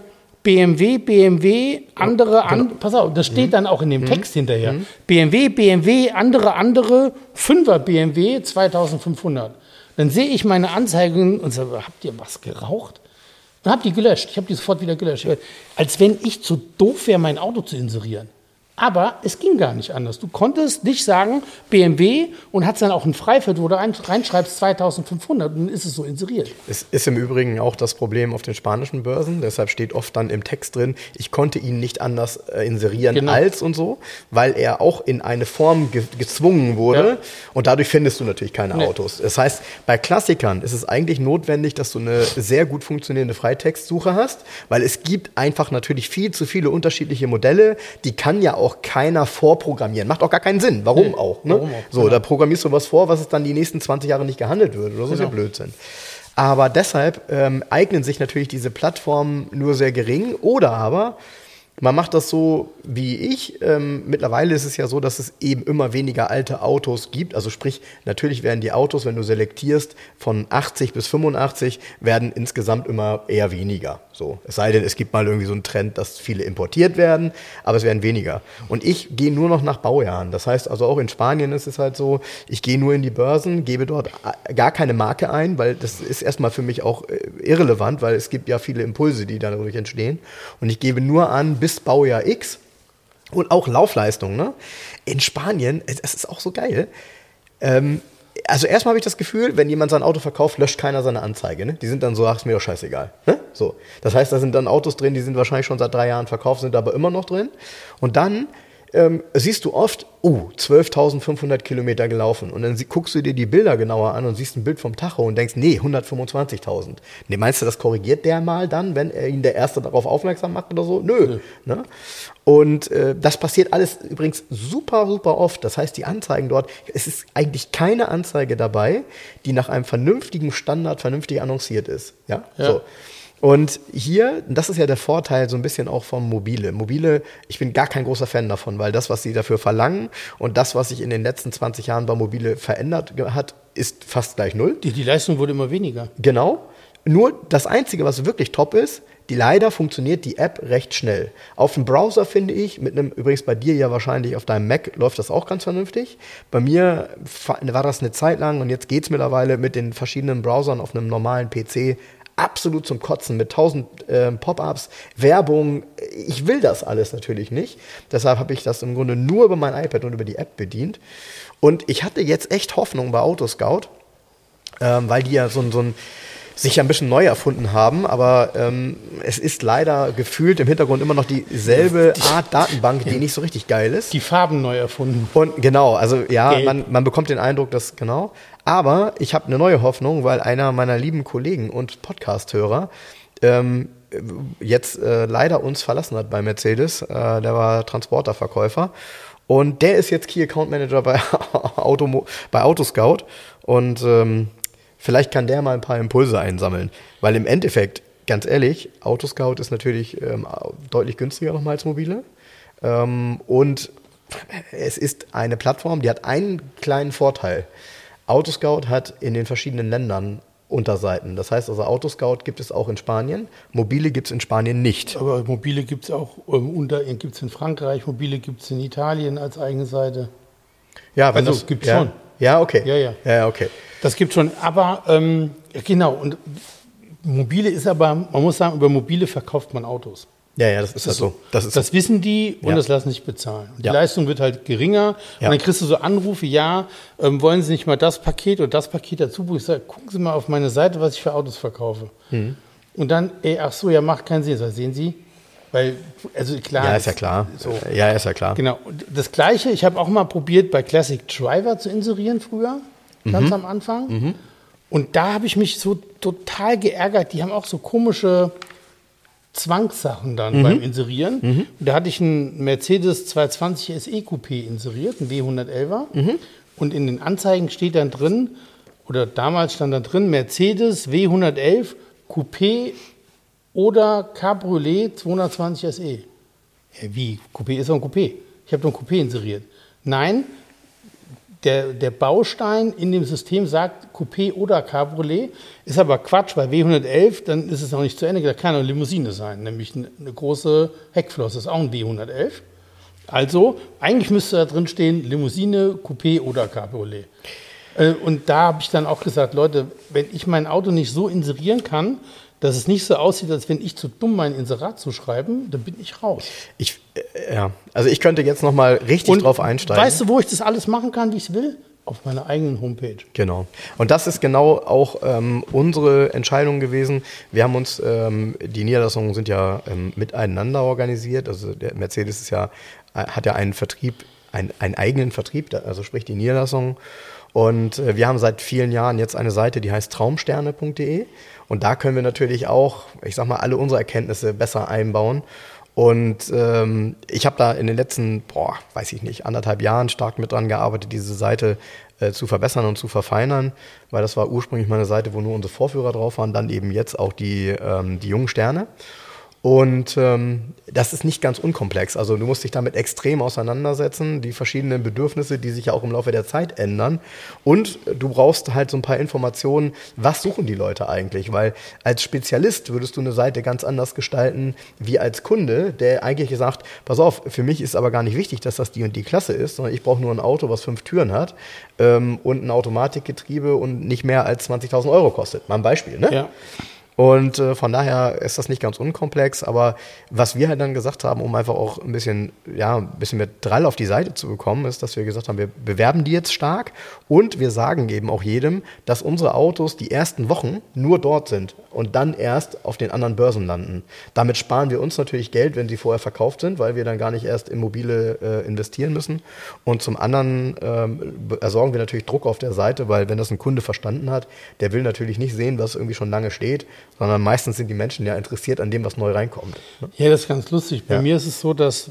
BMW, andere, pass auf, das steht dann auch in dem Text hinterher. BMW, andere, 5er BMW 2500. Dann sehe ich meine Anzeigen und sage, habt ihr was geraucht? Dann habe die gelöscht. Ich habe die sofort wieder gelöscht. Als wenn ich zu doof wäre, mein Auto zu inserieren. Aber es ging gar nicht anders. Du konntest nicht sagen BMW und hast dann auch ein Freifeld, wo du reinschreibst 2500 und dann ist es so inseriert. Es ist im Übrigen auch das Problem auf den spanischen Börsen. Deshalb steht oft dann im Text drin, ich konnte ihn nicht anders inserieren als und so, weil er auch in eine Form gezwungen wurde. Ja. Und dadurch findest du natürlich keine Autos. Das heißt, bei Klassikern ist es eigentlich notwendig, dass du eine sehr gut funktionierende Freitextsuche hast, weil es gibt einfach natürlich viel zu viele unterschiedliche Modelle. Die kann ja auch keiner vorprogrammieren. Macht auch gar keinen Sinn. Warum auch? Ne? Warum auch? So, da programmierst du was vor, was es dann die nächsten 20 Jahre nicht gehandelt wird. Oder so ist ja Blödsinn. Aber deshalb eignen sich natürlich diese Plattformen nur sehr gering. Oder aber man macht das so wie ich. Mittlerweile ist es ja so, dass es eben immer weniger alte Autos gibt. Also sprich, natürlich werden die Autos, wenn du selektierst, von 80 bis 85, werden insgesamt immer eher weniger. So. Es sei denn, es gibt mal irgendwie so einen Trend, dass viele importiert werden, aber es werden weniger. Und ich gehe nur noch nach Baujahren. Das heißt also auch in Spanien ist es halt so, ich gehe nur in die Börsen, gebe dort gar keine Marke ein, weil das ist erstmal für mich auch irrelevant, weil es gibt ja viele Impulse, die dadurch entstehen. Und ich gebe nur an bis Baujahr X und auch Laufleistung. Ne? In Spanien, es ist auch so geil. Also erstmal habe ich das Gefühl, wenn jemand sein Auto verkauft, löscht keiner seine Anzeige. Ne? Die sind dann so, ach, ist mir doch scheißegal. Ne? So. Das heißt, da sind dann Autos drin, die sind wahrscheinlich schon seit 3 Jahren verkauft, sind aber immer noch drin. Und dann siehst du oft, 12.500 Kilometer gelaufen. Und dann guckst du dir die Bilder genauer an und siehst ein Bild vom Tacho und denkst, nee, 125.000. Nee, meinst du, das korrigiert der mal dann, wenn er ihn der Erste darauf aufmerksam macht oder so? Nö. Ne? Und das passiert alles übrigens super, super oft. Das heißt, die Anzeigen dort, es ist eigentlich keine Anzeige dabei, die nach einem vernünftigen Standard vernünftig annonciert ist. Ja. So. Und hier, das ist ja der Vorteil so ein bisschen auch vom Mobile. Mobile, ich bin gar kein großer Fan davon, weil das, was sie dafür verlangen und das, was sich in den letzten 20 Jahren bei Mobile verändert hat, ist fast gleich null. Die Leistung wurde immer weniger. Genau. Nur das Einzige, was wirklich top ist, leider funktioniert die App recht schnell. Auf dem Browser finde ich, übrigens bei dir ja wahrscheinlich auf deinem Mac läuft das auch ganz vernünftig. Bei mir war das eine Zeit lang und jetzt geht es mittlerweile mit den verschiedenen Browsern auf einem normalen PC absolut zum Kotzen mit 1000 Pop-ups, Werbung. Ich will das alles natürlich nicht. Deshalb habe ich das im Grunde nur über mein iPad und über die App bedient. Und ich hatte jetzt echt Hoffnung bei Autoscout, weil die ja sich ein bisschen neu erfunden haben, aber es ist leider gefühlt im Hintergrund immer noch dieselbe Art Datenbank, die nicht so richtig geil ist. Die Farben neu erfunden. Und genau, also ja, man bekommt den Eindruck, dass genau. Aber ich habe eine neue Hoffnung, weil einer meiner lieben Kollegen und Podcast-Hörer jetzt leider uns verlassen hat bei Mercedes. Der war Transporterverkäufer. Und der ist jetzt Key Account Manager bei Autoscout. Und vielleicht kann der mal ein paar Impulse einsammeln. Weil im Endeffekt, ganz ehrlich, Autoscout ist natürlich deutlich günstiger nochmal als Mobile. Und es ist eine Plattform, die hat einen kleinen Vorteil. Autoscout hat in den verschiedenen Ländern Unterseiten. Das heißt also, Autoscout gibt es auch in Spanien, Mobile gibt es in Spanien nicht. Aber Mobile gibt es auch gibt's in Frankreich, Mobile gibt es in Italien als eigene Seite. Ja, wenn also das gibt es schon. Ja, okay. Ja, okay. Das gibt schon, aber genau, und Mobile ist aber, man muss sagen, über Mobile verkauft man Autos. Ja, das ist halt so. Das wissen die und das lassen sich bezahlen. Und die Leistung wird halt geringer. Und dann kriegst du so Anrufe, wollen Sie nicht mal das Paket oder das Paket dazu? Wo ich sage, gucken Sie mal auf meine Seite, was ich für Autos verkaufe. Und dann, macht keinen Sinn. Das sehen Sie. Weil, also klar. Ja, ist ja klar. So. Ja, ist ja klar. Genau. Und das Gleiche, ich habe auch mal probiert, bei Classic Driver zu inserieren früher, ganz am Anfang. Und da habe ich mich so total geärgert. Die haben auch so komische Zwangssachen dann beim Inserieren. Und da hatte ich einen Mercedes 220 SE Coupé inseriert, einen W111er. Und in den Anzeigen steht dann drin, oder damals stand da drin, Mercedes W111 Coupé oder Cabriolet 220 SE. Ja, wie? Coupé ist doch ein Coupé. Ich habe doch ein Coupé inseriert. Nein, der Baustein in dem System sagt Coupé oder Cabriolet, ist aber Quatsch, weil W111, dann ist es noch nicht zu Ende, da kann eine Limousine sein, nämlich eine große Heckflosse, ist auch ein W111. Also, eigentlich müsste da drin stehen Limousine, Coupé oder Cabriolet. Und da habe ich dann auch gesagt, Leute, wenn ich mein Auto nicht so inserieren kann, dass es nicht so aussieht, als wenn ich zu dumm mein Inserat zu schreiben, dann bin ich raus. Also ich könnte jetzt noch mal richtig drauf einsteigen. Weißt du, wo ich das alles machen kann, wie ich es will? Auf meiner eigenen Homepage. Genau. Und das ist genau auch unsere Entscheidung gewesen. Wir haben uns, die Niederlassungen sind ja miteinander organisiert. Also der Mercedes hat ja einen Vertrieb, einen eigenen Vertrieb, also sprich die Niederlassungen. Und wir haben seit vielen Jahren jetzt eine Seite, die heißt traumsterne.de. Und da können wir natürlich auch, ich sag mal, alle unsere Erkenntnisse besser einbauen. Und ich habe da in den letzten, 1,5 Jahren stark mit dran gearbeitet, diese Seite zu verbessern und zu verfeinern, weil das war ursprünglich mal eine Seite, wo nur unsere Vorführer drauf waren, dann eben jetzt auch die jungen Sterne. Und das ist nicht ganz unkomplex. Also du musst dich damit extrem auseinandersetzen, die verschiedenen Bedürfnisse, die sich ja auch im Laufe der Zeit ändern. Und du brauchst halt so ein paar Informationen, was suchen die Leute eigentlich? Weil als Spezialist würdest du eine Seite ganz anders gestalten, wie als Kunde, der eigentlich sagt, pass auf, für mich ist aber gar nicht wichtig, dass das die und die Klasse ist, sondern ich brauche nur ein Auto, was 5 Türen hat und ein Automatikgetriebe und nicht mehr als 20.000 Euro kostet. Mal ein Beispiel, ne? Ja. Und von daher ist das nicht ganz unkomplex, aber was wir halt dann gesagt haben, um einfach auch ein bisschen mehr Drall auf die Seite zu bekommen, ist, dass wir gesagt haben, wir bewerben die jetzt stark und wir sagen eben auch jedem, dass unsere Autos die ersten Wochen nur dort sind und dann erst auf den anderen Börsen landen. Damit sparen wir uns natürlich Geld, wenn sie vorher verkauft sind, weil wir dann gar nicht erst in mobile investieren müssen. Und zum anderen ersorgen wir natürlich Druck auf der Seite, weil wenn das ein Kunde verstanden hat, der will natürlich nicht sehen, was irgendwie schon lange steht, sondern meistens sind die Menschen ja interessiert an dem, was neu reinkommt. Ja, das ist ganz lustig. Bei mir ist es so, dass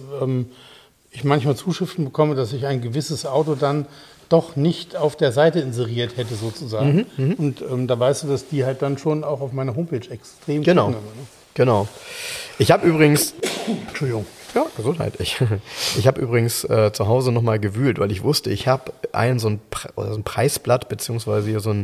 ich manchmal Zuschriften bekomme, dass ich ein gewisses Auto dann doch nicht auf der Seite inseriert hätte sozusagen. Und da weißt du, dass die halt dann schon auch auf meiner Homepage extrem genau. gucken. Genau. Ich habe übrigens... Entschuldigung. Ja, Gesundheit. Ich habe übrigens zu Hause nochmal gewühlt, weil ich wusste, ich habe so ein Preisblatt, beziehungsweise hier so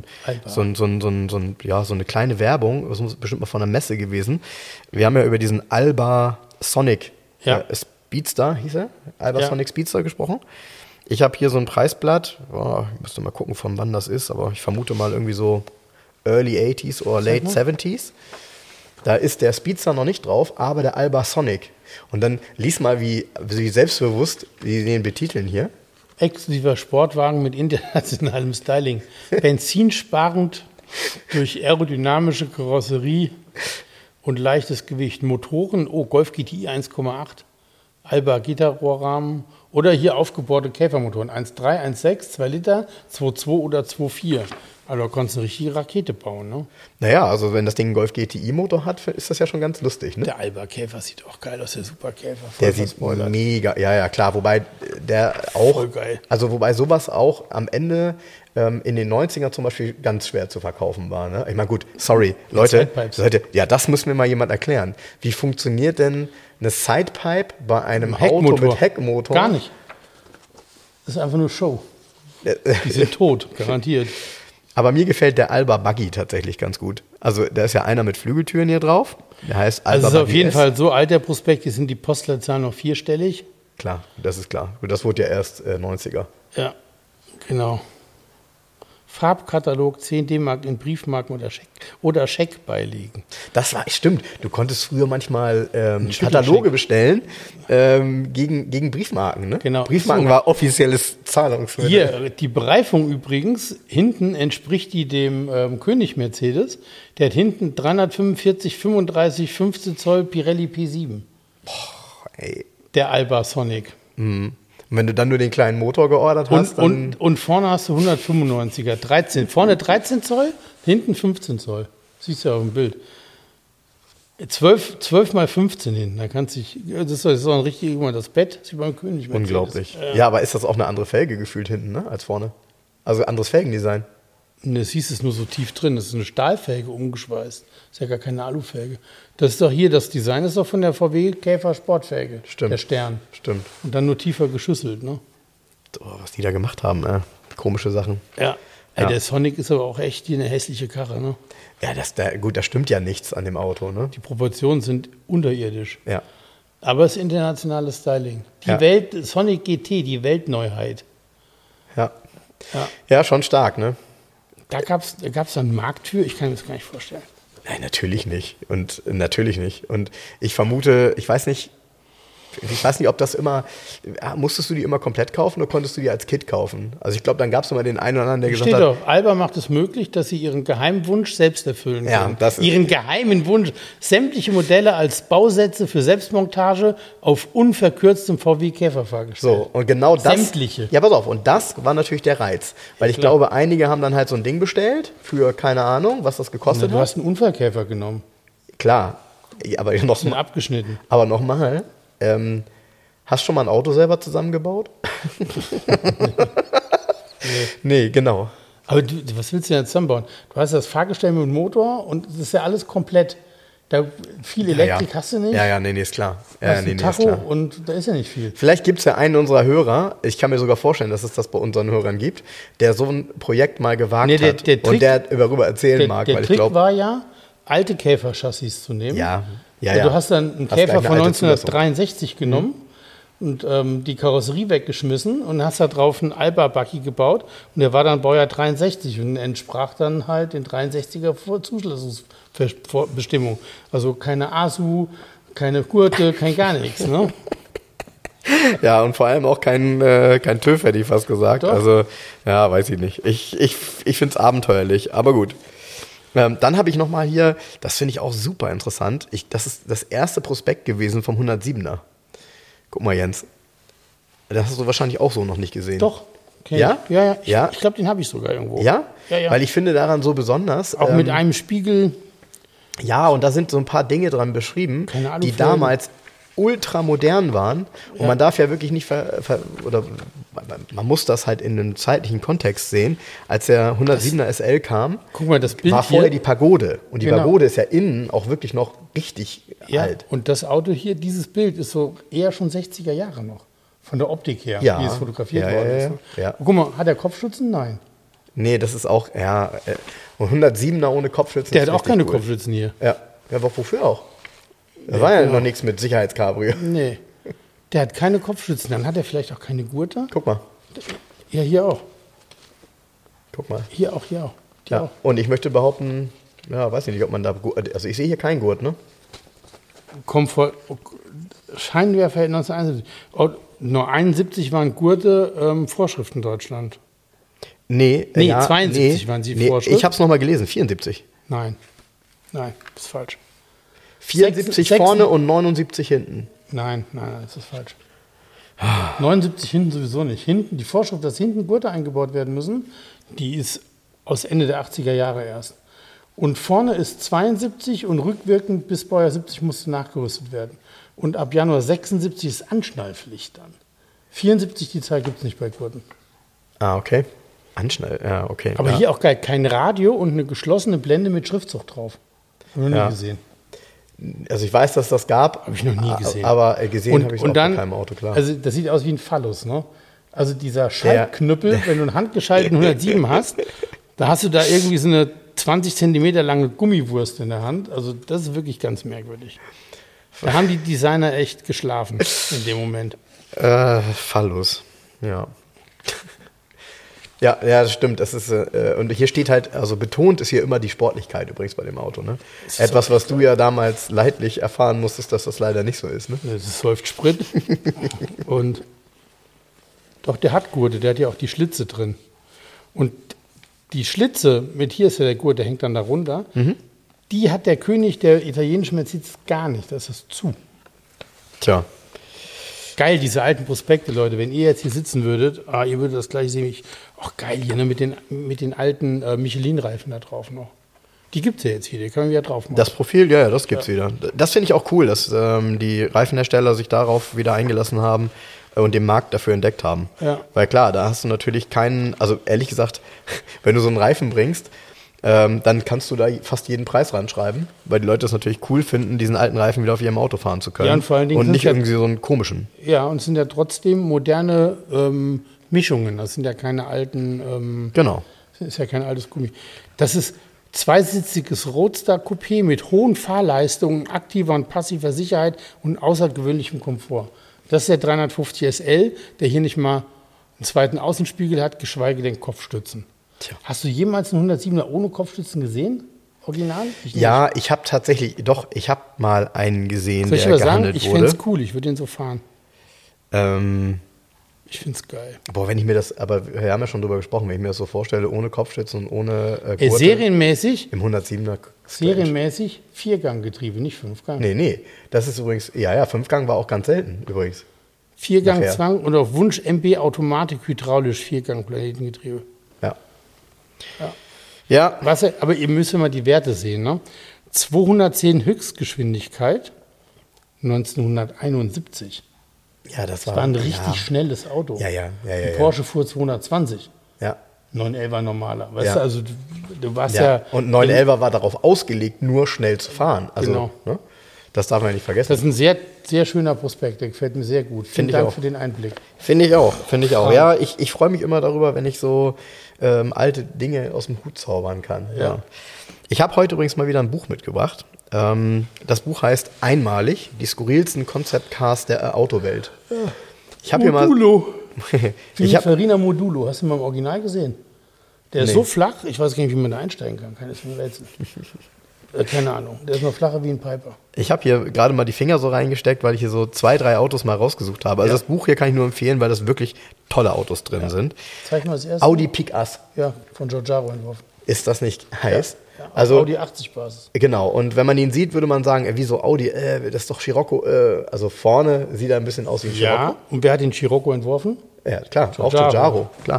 eine kleine Werbung, das muss bestimmt mal von einer Messe gewesen. Wir haben ja über diesen Alba Sonic Speedster, hieß er? Alba Sonic Speedster gesprochen. Ich habe hier so ein Preisblatt, ich müsste mal gucken, von wann das ist, aber ich vermute mal irgendwie so Early 80s oder Late 70s. Da ist der Speedster noch nicht drauf, aber der Alba Sonic. Und dann lies mal, wie selbstbewusst die den betiteln hier. Exklusiver Sportwagen mit internationalem Styling. Benzinsparend durch aerodynamische Karosserie und leichtes Gewicht. Motoren, Golf GTI 1,8, Alba Gitterrohrrahmen oder hier aufgebohrte Käfermotoren. 1,3, 1,6, 2 Liter, 2,2 oder 2,4. Also da konntest du eine richtige Rakete bauen, ne? Naja, also wenn das Ding einen Golf GTI-Motor hat, ist das ja schon ganz lustig, ne? Der Alba Käfer sieht auch geil aus, der Superkäfer. Der sieht mega, ja klar, wobei der auch, voll geil. Also wobei sowas auch am Ende in den 90ern zum Beispiel ganz schwer zu verkaufen war, ne? Ich meine, gut, sorry, Leute, das muss mir mal jemand erklären. Wie funktioniert denn eine Sidepipe bei einem Auto mit Heckmotor? Gar nicht. Das ist einfach nur Show. Die sind tot, garantiert. Aber mir gefällt der Alba Buggy tatsächlich ganz gut. Also da ist ja einer mit Flügeltüren hier drauf. Der heißt Alba Buggy. Also es ist auf jeden Fall so alt, der Prospekt, hier sind die Postleitzahlen noch 4-stellig. Klar, das ist klar. Das wurde ja erst 90er. Ja, genau. Farbkatalog 10 D-Mark in Briefmarken oder Scheck beilegen. Das war, stimmt. Du konntest früher manchmal Kataloge bestellen gegen Briefmarken. Ne? Genau. Briefmarken war offizielles Zahlungsmittel. Hier, die Bereifung übrigens, hinten entspricht die dem König Mercedes. Der hat hinten 345, 35, 15 Zoll Pirelli P7. Boah, ey. Der Alba Sonic. Mhm. Und wenn du dann nur den kleinen Motor geordert hast, dann... Und vorne hast du 195er, 13. Vorne 13 Zoll, hinten 15 Zoll. Siehst du ja auf dem Bild. 12 mal 15 hinten. Da kannst das ist so ein richtig, guck mal, das Bett ist wie beim König. Unglaublich. Ja, aber ist das auch eine andere Felge gefühlt hinten, ne, als vorne? Also anderes Felgendesign. Ne, das hieß es nur so tief drin. Das ist eine Stahlfelge umgeschweißt. Das ist ja gar keine Alufelge. Das ist doch hier, das Design ist doch von der VW Käfer Sportfelge. Stimmt. Der Stern. Stimmt. Und dann nur tiefer geschüsselt, ne? Oh, was die da gemacht haben, komische Sachen. Ja. Ey, der Sonic ist aber auch echt hier eine hässliche Karre, ne? Ja, da stimmt ja nichts an dem Auto, ne? Die Proportionen sind unterirdisch. Ja. Aber es ist internationales Styling. Sonic GT, die Weltneuheit. Ja. Ja, schon stark, ne? Da gab's einen Markt für? Ich kann mir das gar nicht vorstellen. Nein, natürlich nicht. Und natürlich nicht. Und ich vermute, ich weiß nicht, ob das immer, musstest du die immer komplett kaufen oder konntest du die als Kit kaufen? Also ich glaube, dann gab es immer den einen oder anderen, der gesagt hat... Steht doch, Alba macht es möglich, dass sie ihren geheimen Wunsch selbst erfüllen können. Das ist ihren geheimen Wunsch. Sämtliche Modelle als Bausätze für Selbstmontage auf unverkürztem VW-Käferfahrgestell. So, und genau das... Sämtliche. Ja, pass auf, und das war natürlich der Reiz. Weil ich glaube, einige haben dann halt so ein Ding bestellt für, keine Ahnung, was das gekostet hat. Du hast einen Unfallkäfer genommen. Klar, aber noch abgeschnitten. Aber nochmal... hast du schon mal ein Auto selber zusammengebaut? Nee, genau. Aber was willst du denn zusammenbauen? Du hast das Fahrgestell mit dem Motor und das ist ja alles komplett. Viel Elektrik hast du nicht. Ja, nee, ist klar. Hast ein Tacho und da ist ja nicht viel. Vielleicht gibt es ja einen unserer Hörer, ich kann mir sogar vorstellen, dass es das bei unseren Hörern gibt, der so ein Projekt mal gewagt hat und der darüber erzählen mag. Der Trick war ja, alte Käferchassis zu nehmen. Ja. Du hast dann einen Käfer von 1963 genommen und die Karosserie weggeschmissen und hast da drauf einen Alba-Buggy gebaut und der war dann Baujahr 63 und entsprach dann halt den 63er Zulassungsbestimmung. Also keine ASU, keine Gurte, kein gar nichts. Ne? Ja, und vor allem auch kein TÜV, hätte ich fast gesagt. Doch. Also, ja, weiß ich nicht. Ich finde es abenteuerlich, aber gut. Dann habe ich nochmal hier, das finde ich auch super interessant, das ist das erste Prospekt gewesen vom 107er. Guck mal, Jens, das hast du wahrscheinlich auch so noch nicht gesehen. Doch. Okay. Ja? Ich glaube, den habe ich sogar irgendwo. Ja? Ja. Weil ich finde daran so besonders. Auch mit einem Spiegel. Ja, und da sind so ein paar Dinge dran beschrieben, die damals ultra modern waren. Und man darf ja wirklich nicht man muss das halt in einem zeitlichen Kontext sehen. Als der 107er SL kam, guck mal, das Bild war vorher hier, die Pagode. Und die Pagode ist ja innen auch wirklich noch richtig alt. Und das Auto hier, dieses Bild ist so eher schon 60er Jahre noch. Von der Optik her, wie es fotografiert worden ist. Ja. Guck mal, hat er Kopfstützen? Nein. Nee, das ist auch, 107er ohne Kopfstützen. Der hat auch keine Kopfstützen hier. Ja, aber wofür auch? Da war ja noch nichts mit Sicherheitskabrio. Nee. Der hat keine Kopfstützen. Dann hat er vielleicht auch keine Gurte. Guck mal. Ja, hier auch. Guck mal. Hier auch. Ja. Und ich möchte behaupten, weiß ich nicht, ob man da... Also ich sehe hier keinen Gurt, ne? Komfort... Scheinwerfer 1971. Nur 71 waren Gurte Vorschriften in Deutschland. Nee, 72 waren sie Vorschriften. Ich habe es nochmal gelesen, 74. Nein, ist falsch. 74 vorne und 79 hinten. Nein, das ist falsch. 79 hinten sowieso nicht. Hinten, die Vorschrift, dass hinten Gurte eingebaut werden müssen, die ist aus Ende der 80er Jahre erst. Und vorne ist 72 und rückwirkend bis Baujahr 70 musste nachgerüstet werden. Und ab Januar 76 ist Anschnallpflicht dann. 74, die Zahl gibt es nicht bei Gurten. Ah, okay. Anschnall, ja, okay. Aber hier auch geil, kein Radio und eine geschlossene Blende mit Schriftzug drauf. Habe ich noch nie gesehen. Also ich weiß, dass das gab. Habe ich noch nie gesehen. Aber gesehen habe ich es auch dann, bei keinem Auto, klar. Also das sieht aus wie ein Phallus, ne? Also dieser Schaltknüppel, wenn du einen handgeschalteten 107 hast, da hast du da irgendwie so eine 20 Zentimeter lange Gummiwurst in der Hand. Also das ist wirklich ganz merkwürdig. Da haben die Designer echt geschlafen in dem Moment. Phallus, ja. Ja, das stimmt. Das ist, und hier steht halt, also betont ist hier immer die Sportlichkeit übrigens bei dem Auto. Ne? Etwas, was du ja damals leidlich erfahren musstest, dass das leider nicht so ist. Ne? Das läuft Sprit. Und doch, der hat Gurte, der hat ja auch die Schlitze drin. Und die Schlitze, mit hier ist ja der Gurt, der hängt dann da runter, die hat der König der italienischen Mercedes gar nicht. Das ist zu. Tja. Geil, diese alten Prospekte, Leute. Wenn ihr jetzt hier sitzen würdet, ihr würdet das gleich sehen. Geil hier, ne, mit den alten Michelin-Reifen da drauf noch. Die gibt es ja jetzt wieder, die können wir ja drauf machen. Das Profil, ja, das gibt's wieder. Das finde ich auch cool, dass die Reifenhersteller sich darauf wieder eingelassen haben und den Markt dafür entdeckt haben. Ja. Weil klar, da hast du natürlich keinen, also ehrlich gesagt, wenn du so einen Reifen bringst, dann kannst du da fast jeden Preis ranschreiben, weil die Leute es natürlich cool finden, diesen alten Reifen wieder auf ihrem Auto fahren zu können. Ja, und vor allen Dingen und nicht irgendwie so einen komischen. Ja, und es sind ja trotzdem moderne Mischungen. Das sind ja keine alten. Genau. Das ist ja kein altes Gummi. Das ist zweisitziges Roadster-Coupé mit hohen Fahrleistungen, aktiver und passiver Sicherheit und außergewöhnlichem Komfort. Das ist der 350 SL, der hier nicht mal einen zweiten Außenspiegel hat, geschweige denn Kopfstützen. Tja. Hast du jemals einen 107er ohne Kopfstützen gesehen? Original? Ja, ich habe tatsächlich, ich habe mal einen gesehen, der gehandelt sagen? wurde. Ich fände es cool, ich würde den so fahren. Ich finde es geil. Boah, wenn ich mir das, aber wir haben ja schon drüber gesprochen, wenn ich mir das so vorstelle, ohne Kopfstützen und ohne Gurte. Serienmäßig? Im 107er. Serienmäßig Vierganggetriebe, nicht Fünfgang. Nee, das ist übrigens, Fünfgang war auch ganz selten übrigens. Viergangzwang und auf Wunsch MB Automatik hydraulisch Viergang-Planetengetriebe. Ja. Aber ihr müsst ja mal die Werte sehen. Ne? 210 Höchstgeschwindigkeit 1971. Ja, das war ein richtig schnelles Auto. Ja. Porsche fuhr 220. Ja. 911er normaler. Weißt du, also du warst Und 911er war darauf ausgelegt, nur schnell zu fahren. Also, genau. Ne? Das darf man nicht vergessen. Das ist ein sehr, sehr schöner Prospekt, der gefällt mir sehr gut. Vielen Dank für den Einblick. Finde ich auch. Ja, ich freue mich immer darüber, wenn ich so alte Dinge aus dem Hut zaubern kann. Ja. Ich habe heute übrigens mal wieder ein Buch mitgebracht. Das Buch heißt Einmalig, die skurrilsten Concept-Cars der Autowelt. Ich habe hier mal... Pininfarina Modulo, hast du mal im Original gesehen? Der ist so flach, ich weiß gar nicht, wie man da einsteigen kann. Keine Ahnung, der ist noch flacher wie ein Piper. Ich habe hier gerade mal die Finger so reingesteckt, weil ich hier so 2, 3 Autos mal rausgesucht habe. Also das Buch hier kann ich nur empfehlen, weil das wirklich tolle Autos drin sind. Zeig mal das erste. Audi Pick-Us. Ja, von Giugiaro entworfen. Ist das nicht heiß? Ja, also Audi 80-Basis. Genau, und wenn man ihn sieht, würde man sagen, wieso Audi, das ist doch Scirocco. Also vorne sieht er ein bisschen aus wie ein Scirocco. Ja, und wer hat den Scirocco entworfen? Ja, klar, auch Giugiaro, klar.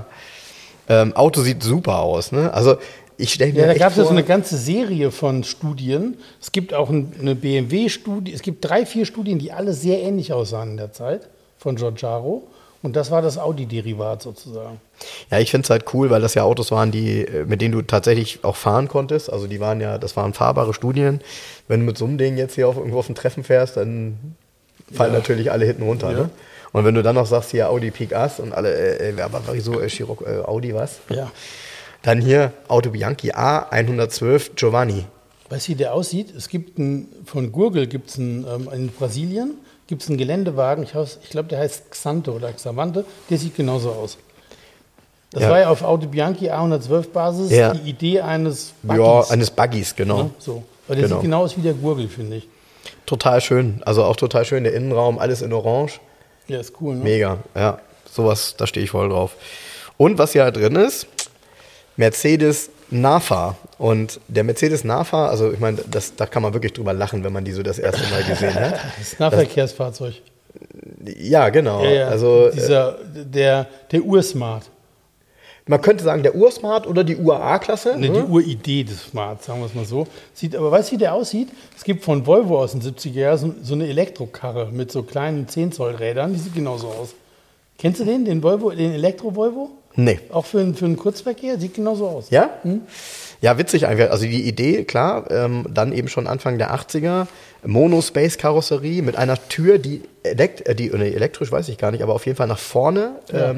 Auto sieht super aus, ne? Also ich stelle mir da gab es ja so eine ganze Serie von Studien. Es gibt auch eine BMW-Studie. Es gibt 3, 4 Studien, die alle sehr ähnlich aussahen in der Zeit von Giugiaro. Und das war das Audi-Derivat sozusagen. Ja, ich finde es halt cool, weil das ja Autos waren, mit denen du tatsächlich auch fahren konntest. Also das waren fahrbare Studien. Wenn du mit so einem Ding jetzt hier irgendwo auf ein Treffen fährst, dann fallen natürlich alle hinten runter. Ja. Ne? Und wenn du dann noch sagst, hier Audi Pick-Us und alle, aber wieso Scirocco, Audi was? Ja. Dann hier Auto Bianchi A112 Giovanni. Weißt du, wie der aussieht? Es gibt von Gurgel gibt es in Brasilien gibt es einen Geländewagen, ich glaube, der heißt Xante oder Xavante, der sieht genauso aus. Das war ja auf Auto Bianchi A112 Basis die Idee eines Buggies. Ja, eines Buggies, genau. Ja, so. Aber der sieht genau aus wie der Gurgel, finde ich. Total schön, also auch total schön, der Innenraum, alles in Orange. Ja, ist cool, ne? Mega, ja, sowas, da stehe ich voll drauf. Und was ja drin ist, Mercedes NAFA. Und der Mercedes NAFA, also ich meine, da kann man wirklich drüber lachen, wenn man die so das erste Mal gesehen hat. Das ist ein Nahverkehrsfahrzeug. Ja, genau. Ja. Also, der Ursmart. Man könnte sagen, der Ursmart oder die UAA-Klasse. Ne, die Uridee des Smart, sagen wir es mal so. Aber weißt du, wie der aussieht? Es gibt von Volvo aus den 70er Jahren so eine Elektrokarre mit so kleinen 10-Zoll-Rädern, die sieht genauso aus. Kennst du den Elektro-Volvo? Nee. Auch für einen Kurzverkehr, sieht genauso aus. Ja? Ja, witzig einfach. Also die Idee, klar, dann eben schon Anfang der 80er, Mono-Space-Karosserie mit einer Tür, die elektrisch weiß ich gar nicht, aber auf jeden Fall nach vorne. Ja.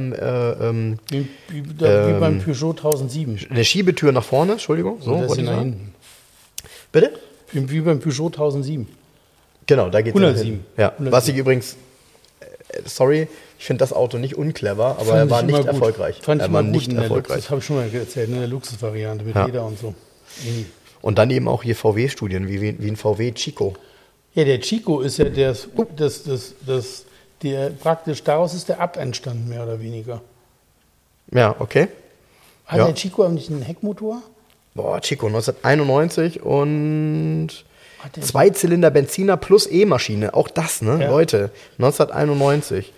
Wie beim Peugeot 1007. Eine Schiebetür nach vorne, Entschuldigung. So, das nach hinten. Bitte? Wie beim Peugeot 1007. Genau, da geht es 107. Ja. 107. Was ich übrigens sorry, ich finde das Auto nicht unclever, aber er war nicht erfolgreich. Er war nicht erfolgreich. Das habe ich schon mal erzählt, in der Luxusvariante mit Leder und so. Und dann eben auch hier VW-Studien, wie ein VW Chico. Ja, der Chico ist ja praktisch daraus ist der Up entstanden, mehr oder weniger. Ja, okay. Hat der Chico eigentlich einen Heckmotor? Boah, Chico, 1991 und Zweizylinder Benziner plus E-Maschine. Auch das, ne, Leute, 1991.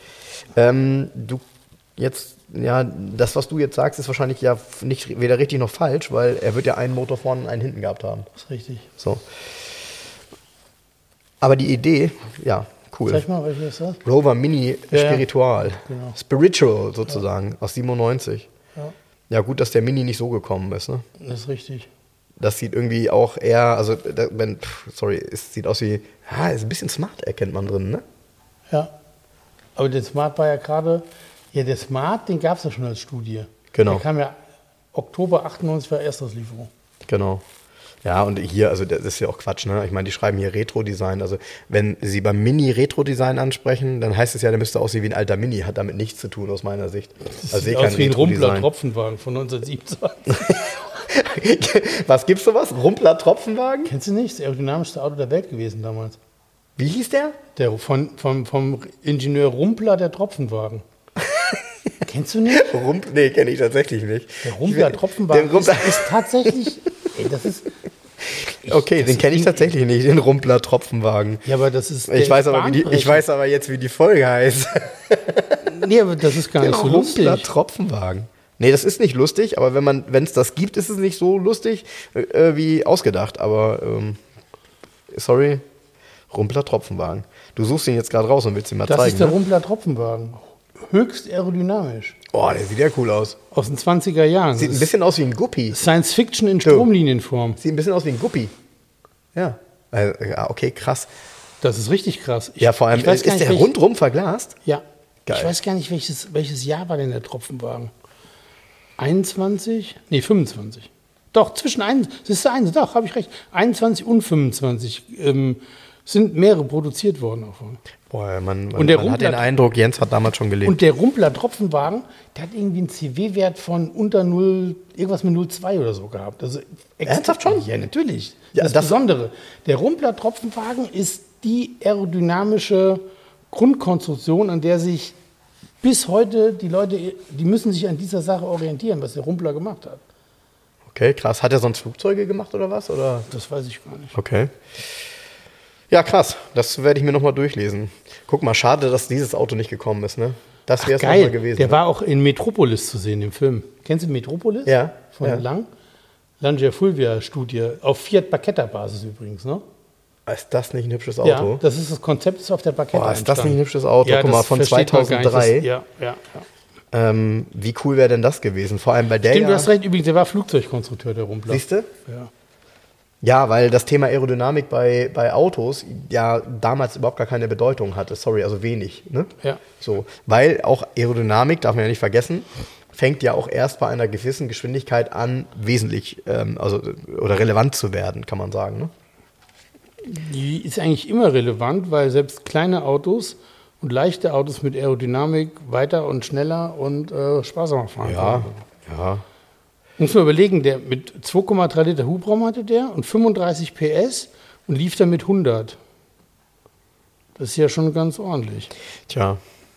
Das, was du jetzt sagst, ist wahrscheinlich ja nicht weder richtig noch falsch, weil er wird ja einen Motor vorne und einen hinten gehabt haben. Das ist richtig. So. Aber die Idee, ja, cool. Sag mal, welches ist das? Rover Mini Spiritual. Genau. Spiritual sozusagen, aus 97. Ja, gut, dass der Mini nicht so gekommen ist, ne? Das ist richtig. Das sieht irgendwie auch eher, also, es sieht aus wie, ist ein bisschen Smart, erkennt man drin, ne? Ja. Aber der Smart war ja gerade, der Smart, den gab es ja schon als Studie. Genau. Der kam ja Oktober 98 war Erstauslieferung. Genau. Ja, und hier, also das ist ja auch Quatsch, ne? Ich meine, die schreiben hier Retro-Design. Also wenn sie beim Mini Retro-Design ansprechen, dann heißt es ja, der müsste aussehen wie ein alter Mini. Hat damit nichts zu tun, aus meiner Sicht. Das sieht aus wie ein Rumpler-Tropfenwagen von 1927. Was gibt's sowas? Rumpler-Tropfenwagen? Kennst du nicht? Das aerodynamischste Auto der Welt gewesen damals. Wie hieß der? Der vom Ingenieur Rumpler, der Tropfenwagen. Kennst du nicht? Nee, kenne ich tatsächlich nicht. Der Rumpler-Tropfenwagen ist tatsächlich... das ist... Okay, den kenne ich tatsächlich nicht, den Rumpler-Tropfenwagen. Ja, aber das ist... Ich weiß aber jetzt, wie die Folge heißt. Nee, aber das ist gar nicht so lustig. Rumpler-Tropfenwagen. Nee, das ist nicht lustig, aber wenn es das gibt, ist es nicht so lustig wie ausgedacht. Aber, sorry, Rumpler-Tropfenwagen. Du suchst ihn jetzt gerade raus und willst ihn mal zeigen. Das ist der Rumpler-Tropfenwagen. Höchst aerodynamisch. Oh, der sieht ja cool aus. Aus den 20er Jahren. Sieht ein bisschen aus wie ein Guppi. Science Fiction in Stromlinienform. Sieht ein bisschen aus wie ein Guppi. Ja. Okay, krass. Das ist richtig krass. Vor allem, ist der rundrum verglast? Ja. Geil. Ich weiß gar nicht, welches Jahr war denn der Tropfenwagen? 21? Nee, 25. Doch, zwischen 21, doch, habe ich recht. 21 und 25 sind mehrere produziert worden davon. Boah, man hat den Eindruck, Jens hat damals schon gelebt. Und der Rumpler-Tropfenwagen, der hat irgendwie einen CW-Wert von unter 0, irgendwas mit 0,2 oder so gehabt. Also ernsthaft schon? Ja, natürlich. Das Besondere. Der Rumpler-Tropfenwagen ist die aerodynamische Grundkonstruktion, an der sich bis heute die Leute, die müssen sich an dieser Sache orientieren, was der Rumpler gemacht hat. Okay, krass. Hat er sonst Flugzeuge gemacht oder was? Oder? Das weiß ich gar nicht. Okay. Ja, krass. Das werde ich mir nochmal durchlesen. Guck mal, schade, dass dieses Auto nicht gekommen ist, ne? Das wäre es nochmal gewesen. Der war auch in Metropolis zu sehen, im Film. Kennst du Metropolis? Ja. Von Lang? Langia Fulvia-Studie. Auf Fiat Barchetta-Basis übrigens, ne? Ist das nicht ein hübsches Auto? Ja, das ist das Konzept, das auf der Barchetta ist das nicht ein hübsches Auto? Ja, guck mal, von 2003. Ja. Wie cool wäre denn das gewesen? Vor allem bei der. Stimmt, du hast recht. Übrigens, der war Flugzeugkonstrukteur, der Rumpler. Siehst du? Ja. Ja, weil das Thema Aerodynamik bei Autos ja damals überhaupt gar keine Bedeutung hatte. Sorry, also wenig. Ne? Ja. So, weil auch Aerodynamik, darf man ja nicht vergessen, fängt ja auch erst bei einer gewissen Geschwindigkeit an, wesentlich oder relevant zu werden, kann man sagen. Ne? Die ist eigentlich immer relevant, weil selbst kleine Autos und leichte Autos mit Aerodynamik weiter und schneller und sparsamer fahren können. Ja. Muss man überlegen, der mit 2,3 Liter Hubraum hatte der und 35 PS und lief dann mit 100. Das ist ja schon ganz ordentlich. Tja.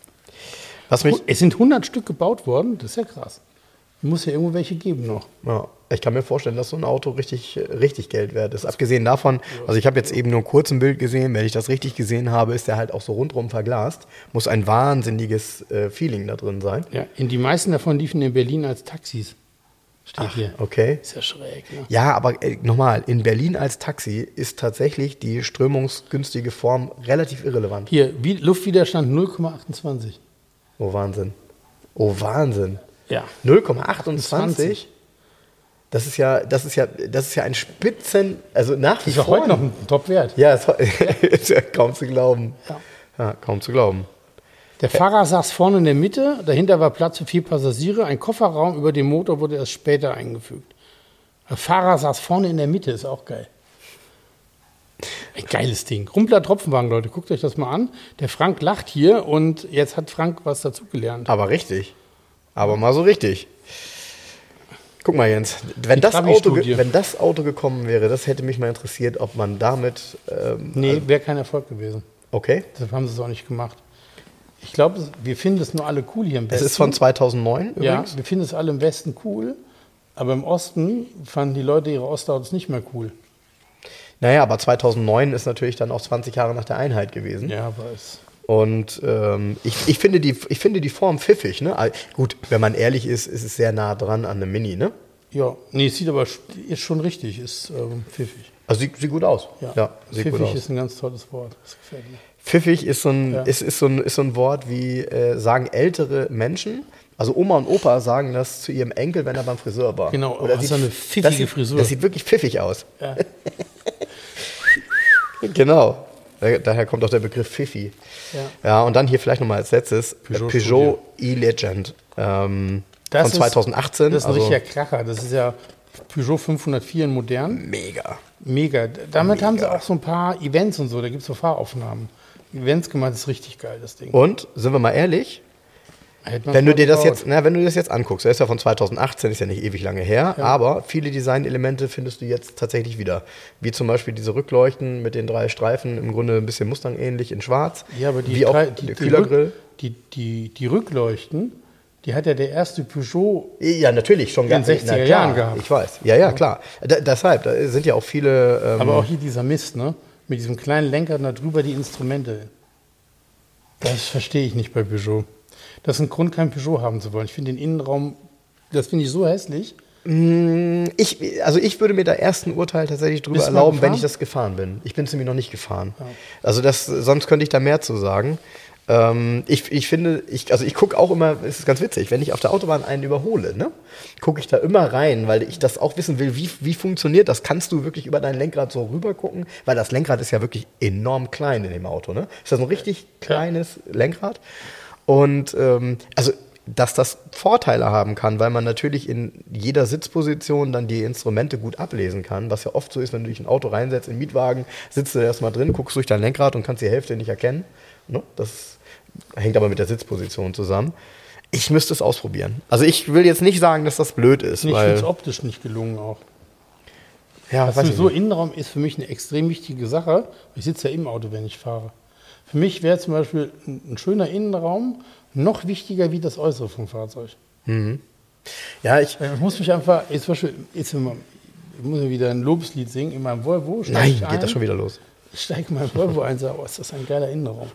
Es sind 100 Stück gebaut worden, das ist ja krass. Muss ja irgendwo welche geben noch. Ja, ich kann mir vorstellen, dass so ein Auto richtig Geld wert ist. Abgesehen davon, also ich habe jetzt eben nur kurz ein Bild gesehen, wenn ich das richtig gesehen habe, ist der halt auch so rundrum verglast. Muss ein wahnsinniges Feeling da drin sein. Ja, die meisten davon liefen in Berlin als Taxis. Steht hier. Okay. Ist ja schräg, ne? Ja, aber nochmal, in Berlin als Taxi ist tatsächlich die strömungsgünstige Form relativ irrelevant. Hier, Luftwiderstand 0,28. Oh, Wahnsinn. Oh, Wahnsinn. Ja. 0,28? Das ist ja ein Spitzen, also nach wie vor. Ist ja heute noch ein Top-Wert. Ja, ist ja kaum zu glauben. Ja, kaum zu glauben. Der Fahrer saß vorne in der Mitte, dahinter war Platz für 4 Passagiere, ein Kofferraum über dem Motor wurde erst später eingefügt. Der Fahrer saß vorne in der Mitte, ist auch geil. Ein geiles Ding. Rumpler Tropfenwagen, Leute, guckt euch das mal an. Der Frank lacht hier und jetzt hat Frank was dazugelernt. Aber richtig. Aber mal so richtig. Guck mal, Jens, wenn das Auto gekommen wäre, das hätte mich mal interessiert, ob man damit... nee, wäre kein Erfolg gewesen. Okay. Deshalb haben sie es auch nicht gemacht. Ich glaube, wir finden es nur alle cool hier im Westen. Es ist von 2009 übrigens. Ja, wir finden es alle im Westen cool, aber im Osten fanden die Leute ihre Ostautos nicht mehr cool. Naja, aber 2009 ist natürlich dann auch 20 Jahre nach der Einheit gewesen. Ja, aber es... Und ich finde die Form pfiffig. Ne? Gut, wenn man ehrlich ist, ist es sehr nah dran an einem Mini, ne? Ja, nee, es sieht aber, ist schon richtig, ist pfiffig. Also sieht gut aus. Ja, sieht pfiffig gut aus. Ist ein ganz tolles Wort, das gefällt mir. Pfiffig ist so ein Wort wie, sagen ältere Menschen, also Oma und Opa sagen das zu ihrem Enkel, wenn er beim Friseur war. Genau, oder so eine pfiffige Frisur. Das sieht wirklich pfiffig aus. Ja. Genau. Daher kommt auch der Begriff Pfiffi. Ja, und dann hier vielleicht nochmal als letztes Peugeot E-Legend von 2018. Das ist ein richtiger Kracher. Das ist ja Peugeot 504 in modern. Mega. Damit haben sie auch so ein paar Events und so. Da gibt es so Fahraufnahmen. Events gemacht, das ist richtig geil, das Ding. Und, sind wir mal ehrlich, wenn du dir das jetzt anguckst, der ist ja von 2018, ist ja nicht ewig lange her, aber viele Designelemente findest du jetzt tatsächlich wieder. Wie zum Beispiel diese Rückleuchten mit den 3 Streifen, im Grunde ein bisschen Mustang-ähnlich in schwarz. Ja, aber wie auch der Kühlergrill. Die Rückleuchten, die hat ja der erste Peugeot ja, natürlich, schon in den 60er Jahren gehabt. Ich weiß, ja, klar. Deshalb, da sind ja auch viele... aber auch hier dieser Mist, ne? Mit diesem kleinen Lenker und da drüber die Instrumente. Das verstehe ich nicht bei Peugeot. Das ist ein Grund, kein Peugeot haben zu wollen. Ich finde den Innenraum, das finde ich so hässlich. Ich würde mir da erst ein Urteil tatsächlich drüber erlauben, wenn ich das gefahren bin. Ich bin es nämlich noch nicht gefahren. Ja. Also sonst könnte ich da mehr zu sagen. Ich gucke auch immer, es ist ganz witzig, wenn ich auf der Autobahn einen überhole, ne, gucke ich da immer rein, weil ich das auch wissen will, wie funktioniert das? Kannst du wirklich über dein Lenkrad so rüber gucken? Weil das Lenkrad ist ja wirklich enorm klein in dem Auto, ne? Ist das ein richtig kleines Lenkrad? Und dass das Vorteile haben kann, weil man natürlich in jeder Sitzposition dann die Instrumente gut ablesen kann, was ja oft so ist, wenn du dich in ein Auto reinsetzt, in einen Mietwagen, sitzt du erstmal drin, guckst durch dein Lenkrad und kannst die Hälfte nicht erkennen. Ne? Das hängt aber mit der Sitzposition zusammen. Ich müsste es ausprobieren. Also ich will jetzt nicht sagen, dass das blöd ist. Ich finde es optisch nicht gelungen auch. Ja, so Innenraum ist für mich eine extrem wichtige Sache. Ich sitze ja im Auto, wenn ich fahre. Für mich wäre zum Beispiel ein schöner Innenraum noch wichtiger wie das Äußere vom Fahrzeug. Mhm. Ja, ich muss mich einfach, ich muss mir wieder ein Lobeslied singen in meinem Volvo. Nein, geht das schon wieder los? Ich steige in meinem Volvo ein und sage, ist das ein geiler Innenraum.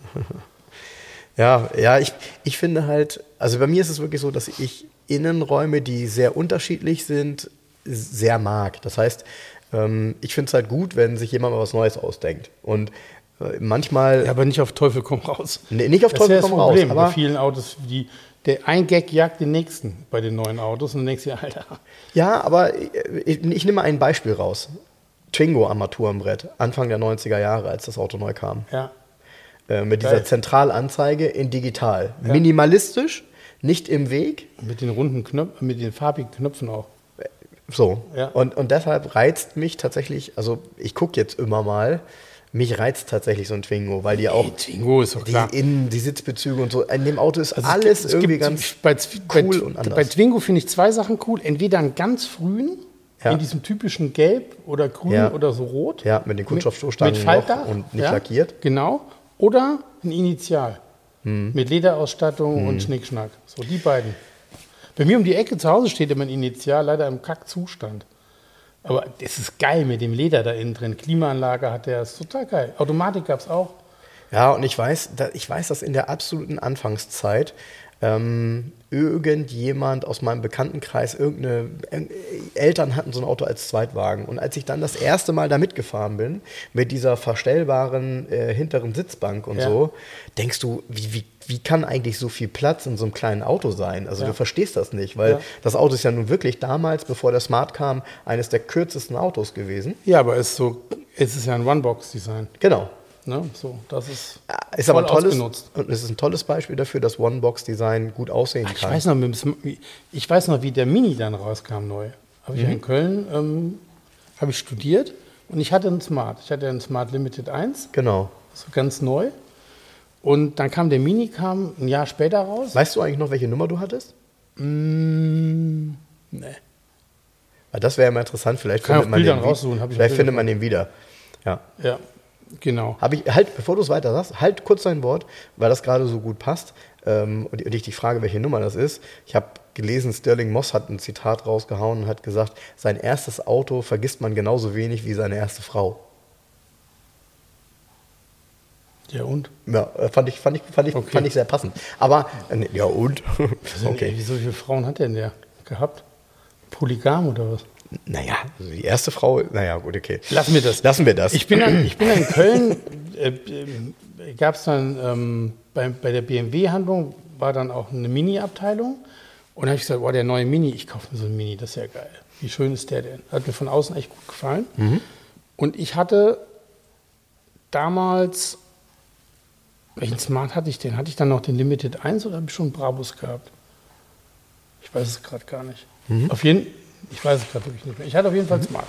Ja, ich finde halt, also bei mir ist es wirklich so, dass ich Innenräume, die sehr unterschiedlich sind, sehr mag. Das heißt, ich finde es halt gut, wenn sich jemand mal was Neues ausdenkt. Und manchmal... Ja, aber nicht auf Teufel komm raus. Nee, nicht auf Teufel komm raus. Das ist das Problem bei vielen Autos, der ein Gag jagt den nächsten bei den neuen Autos und du denkst dir, Alter. Ja, aber ich nehme mal ein Beispiel raus. Twingo-Armaturenbrett, Anfang der 90er Jahre, als das Auto neu kam. Ja. Mit dieser Zentralanzeige in digital. Ja. Minimalistisch, nicht im Weg. Mit den runden Knöpfen, mit den farbigen Knöpfen auch. So. Ja. Und deshalb reizt mich tatsächlich, also ich gucke jetzt immer mal, mich reizt tatsächlich so ein Twingo, weil die auch Twingo ist doch klar. Die Sitzbezüge und so, in dem Auto ist alles irgendwie ganz cool und anders. Bei Twingo finde ich 2 Sachen cool. Entweder einen ganz frühen, in diesem typischen Gelb oder Grün oder so Rot. Ja, mit den Kunststoffstoßstangen mit Faltdach und nicht lackiert. Genau. Oder ein Initial mit Lederausstattung und Schnickschnack. So, die beiden. Bei mir um die Ecke zu Hause steht immer ein Initial, leider im Kackzustand. Aber es ist geil mit dem Leder da innen drin. Klimaanlage hat der, ist total geil. Automatik gab es auch. Ja, und ich weiß, dass in der absoluten Anfangszeit irgendjemand aus meinem Bekanntenkreis, Eltern hatten so ein Auto als Zweitwagen. Und als ich dann das erste Mal da mitgefahren bin, mit dieser verstellbaren hinteren Sitzbank und so, denkst du, wie kann eigentlich so viel Platz in so einem kleinen Auto sein? Also du verstehst das nicht, weil das Auto ist ja nun wirklich damals, bevor der Smart kam, eines der kürzesten Autos gewesen. Ja, aber es ist ja ein One-Box-Design. Genau. Ne? So, das ist aber ausgenutzt. Und es ist ein tolles Beispiel dafür, dass One-Box-Design gut aussehen kann. Ich weiß noch, wie der Mini dann rauskam neu. Habe ich in Köln habe ich studiert Und ich hatte einen Smart. Ich hatte einen Smart Limited 1. Genau. So ganz neu. Und dann kam der Mini, ein Jahr später raus. Weißt du eigentlich noch, welche Nummer du hattest? Nee. Weil das wäre ja mal interessant. Vielleicht Kann findet man Bildern den, raussuchen. vielleicht findet man den wieder. Ja. Ja, genau. Bevor du es weiter sagst, halt kurz dein Wort, weil das gerade so gut passt. Und ich dich frage, welche Nummer das ist. Ich habe gelesen, Stirling Moss hat ein Zitat rausgehauen und hat gesagt, sein erstes Auto vergisst man genauso wenig wie seine erste Frau. Ja, und? Ja, fand ich sehr passend. Aber, ja und? Okay. Wie viele Frauen hat denn der gehabt? Polygam oder was? Naja, also die erste Frau, naja, gut, okay. Lassen wir das. Ich bin in Köln, gab es dann bei der BMW-Handlung, war dann auch eine Mini-Abteilung. Und da habe ich gesagt, der neue Mini, ich kaufe mir so einen Mini, das ist ja geil. Wie schön ist der denn? Hat mir von außen echt gut gefallen. Mhm. Und ich hatte damals, welchen Smart hatte ich denn? Hatte ich dann noch den Limited 1 oder habe ich schon einen Brabus gehabt? Ich weiß es gerade gar nicht. Mhm. Ich weiß es gerade wirklich nicht mehr. Ich hatte auf jeden Fall Smart.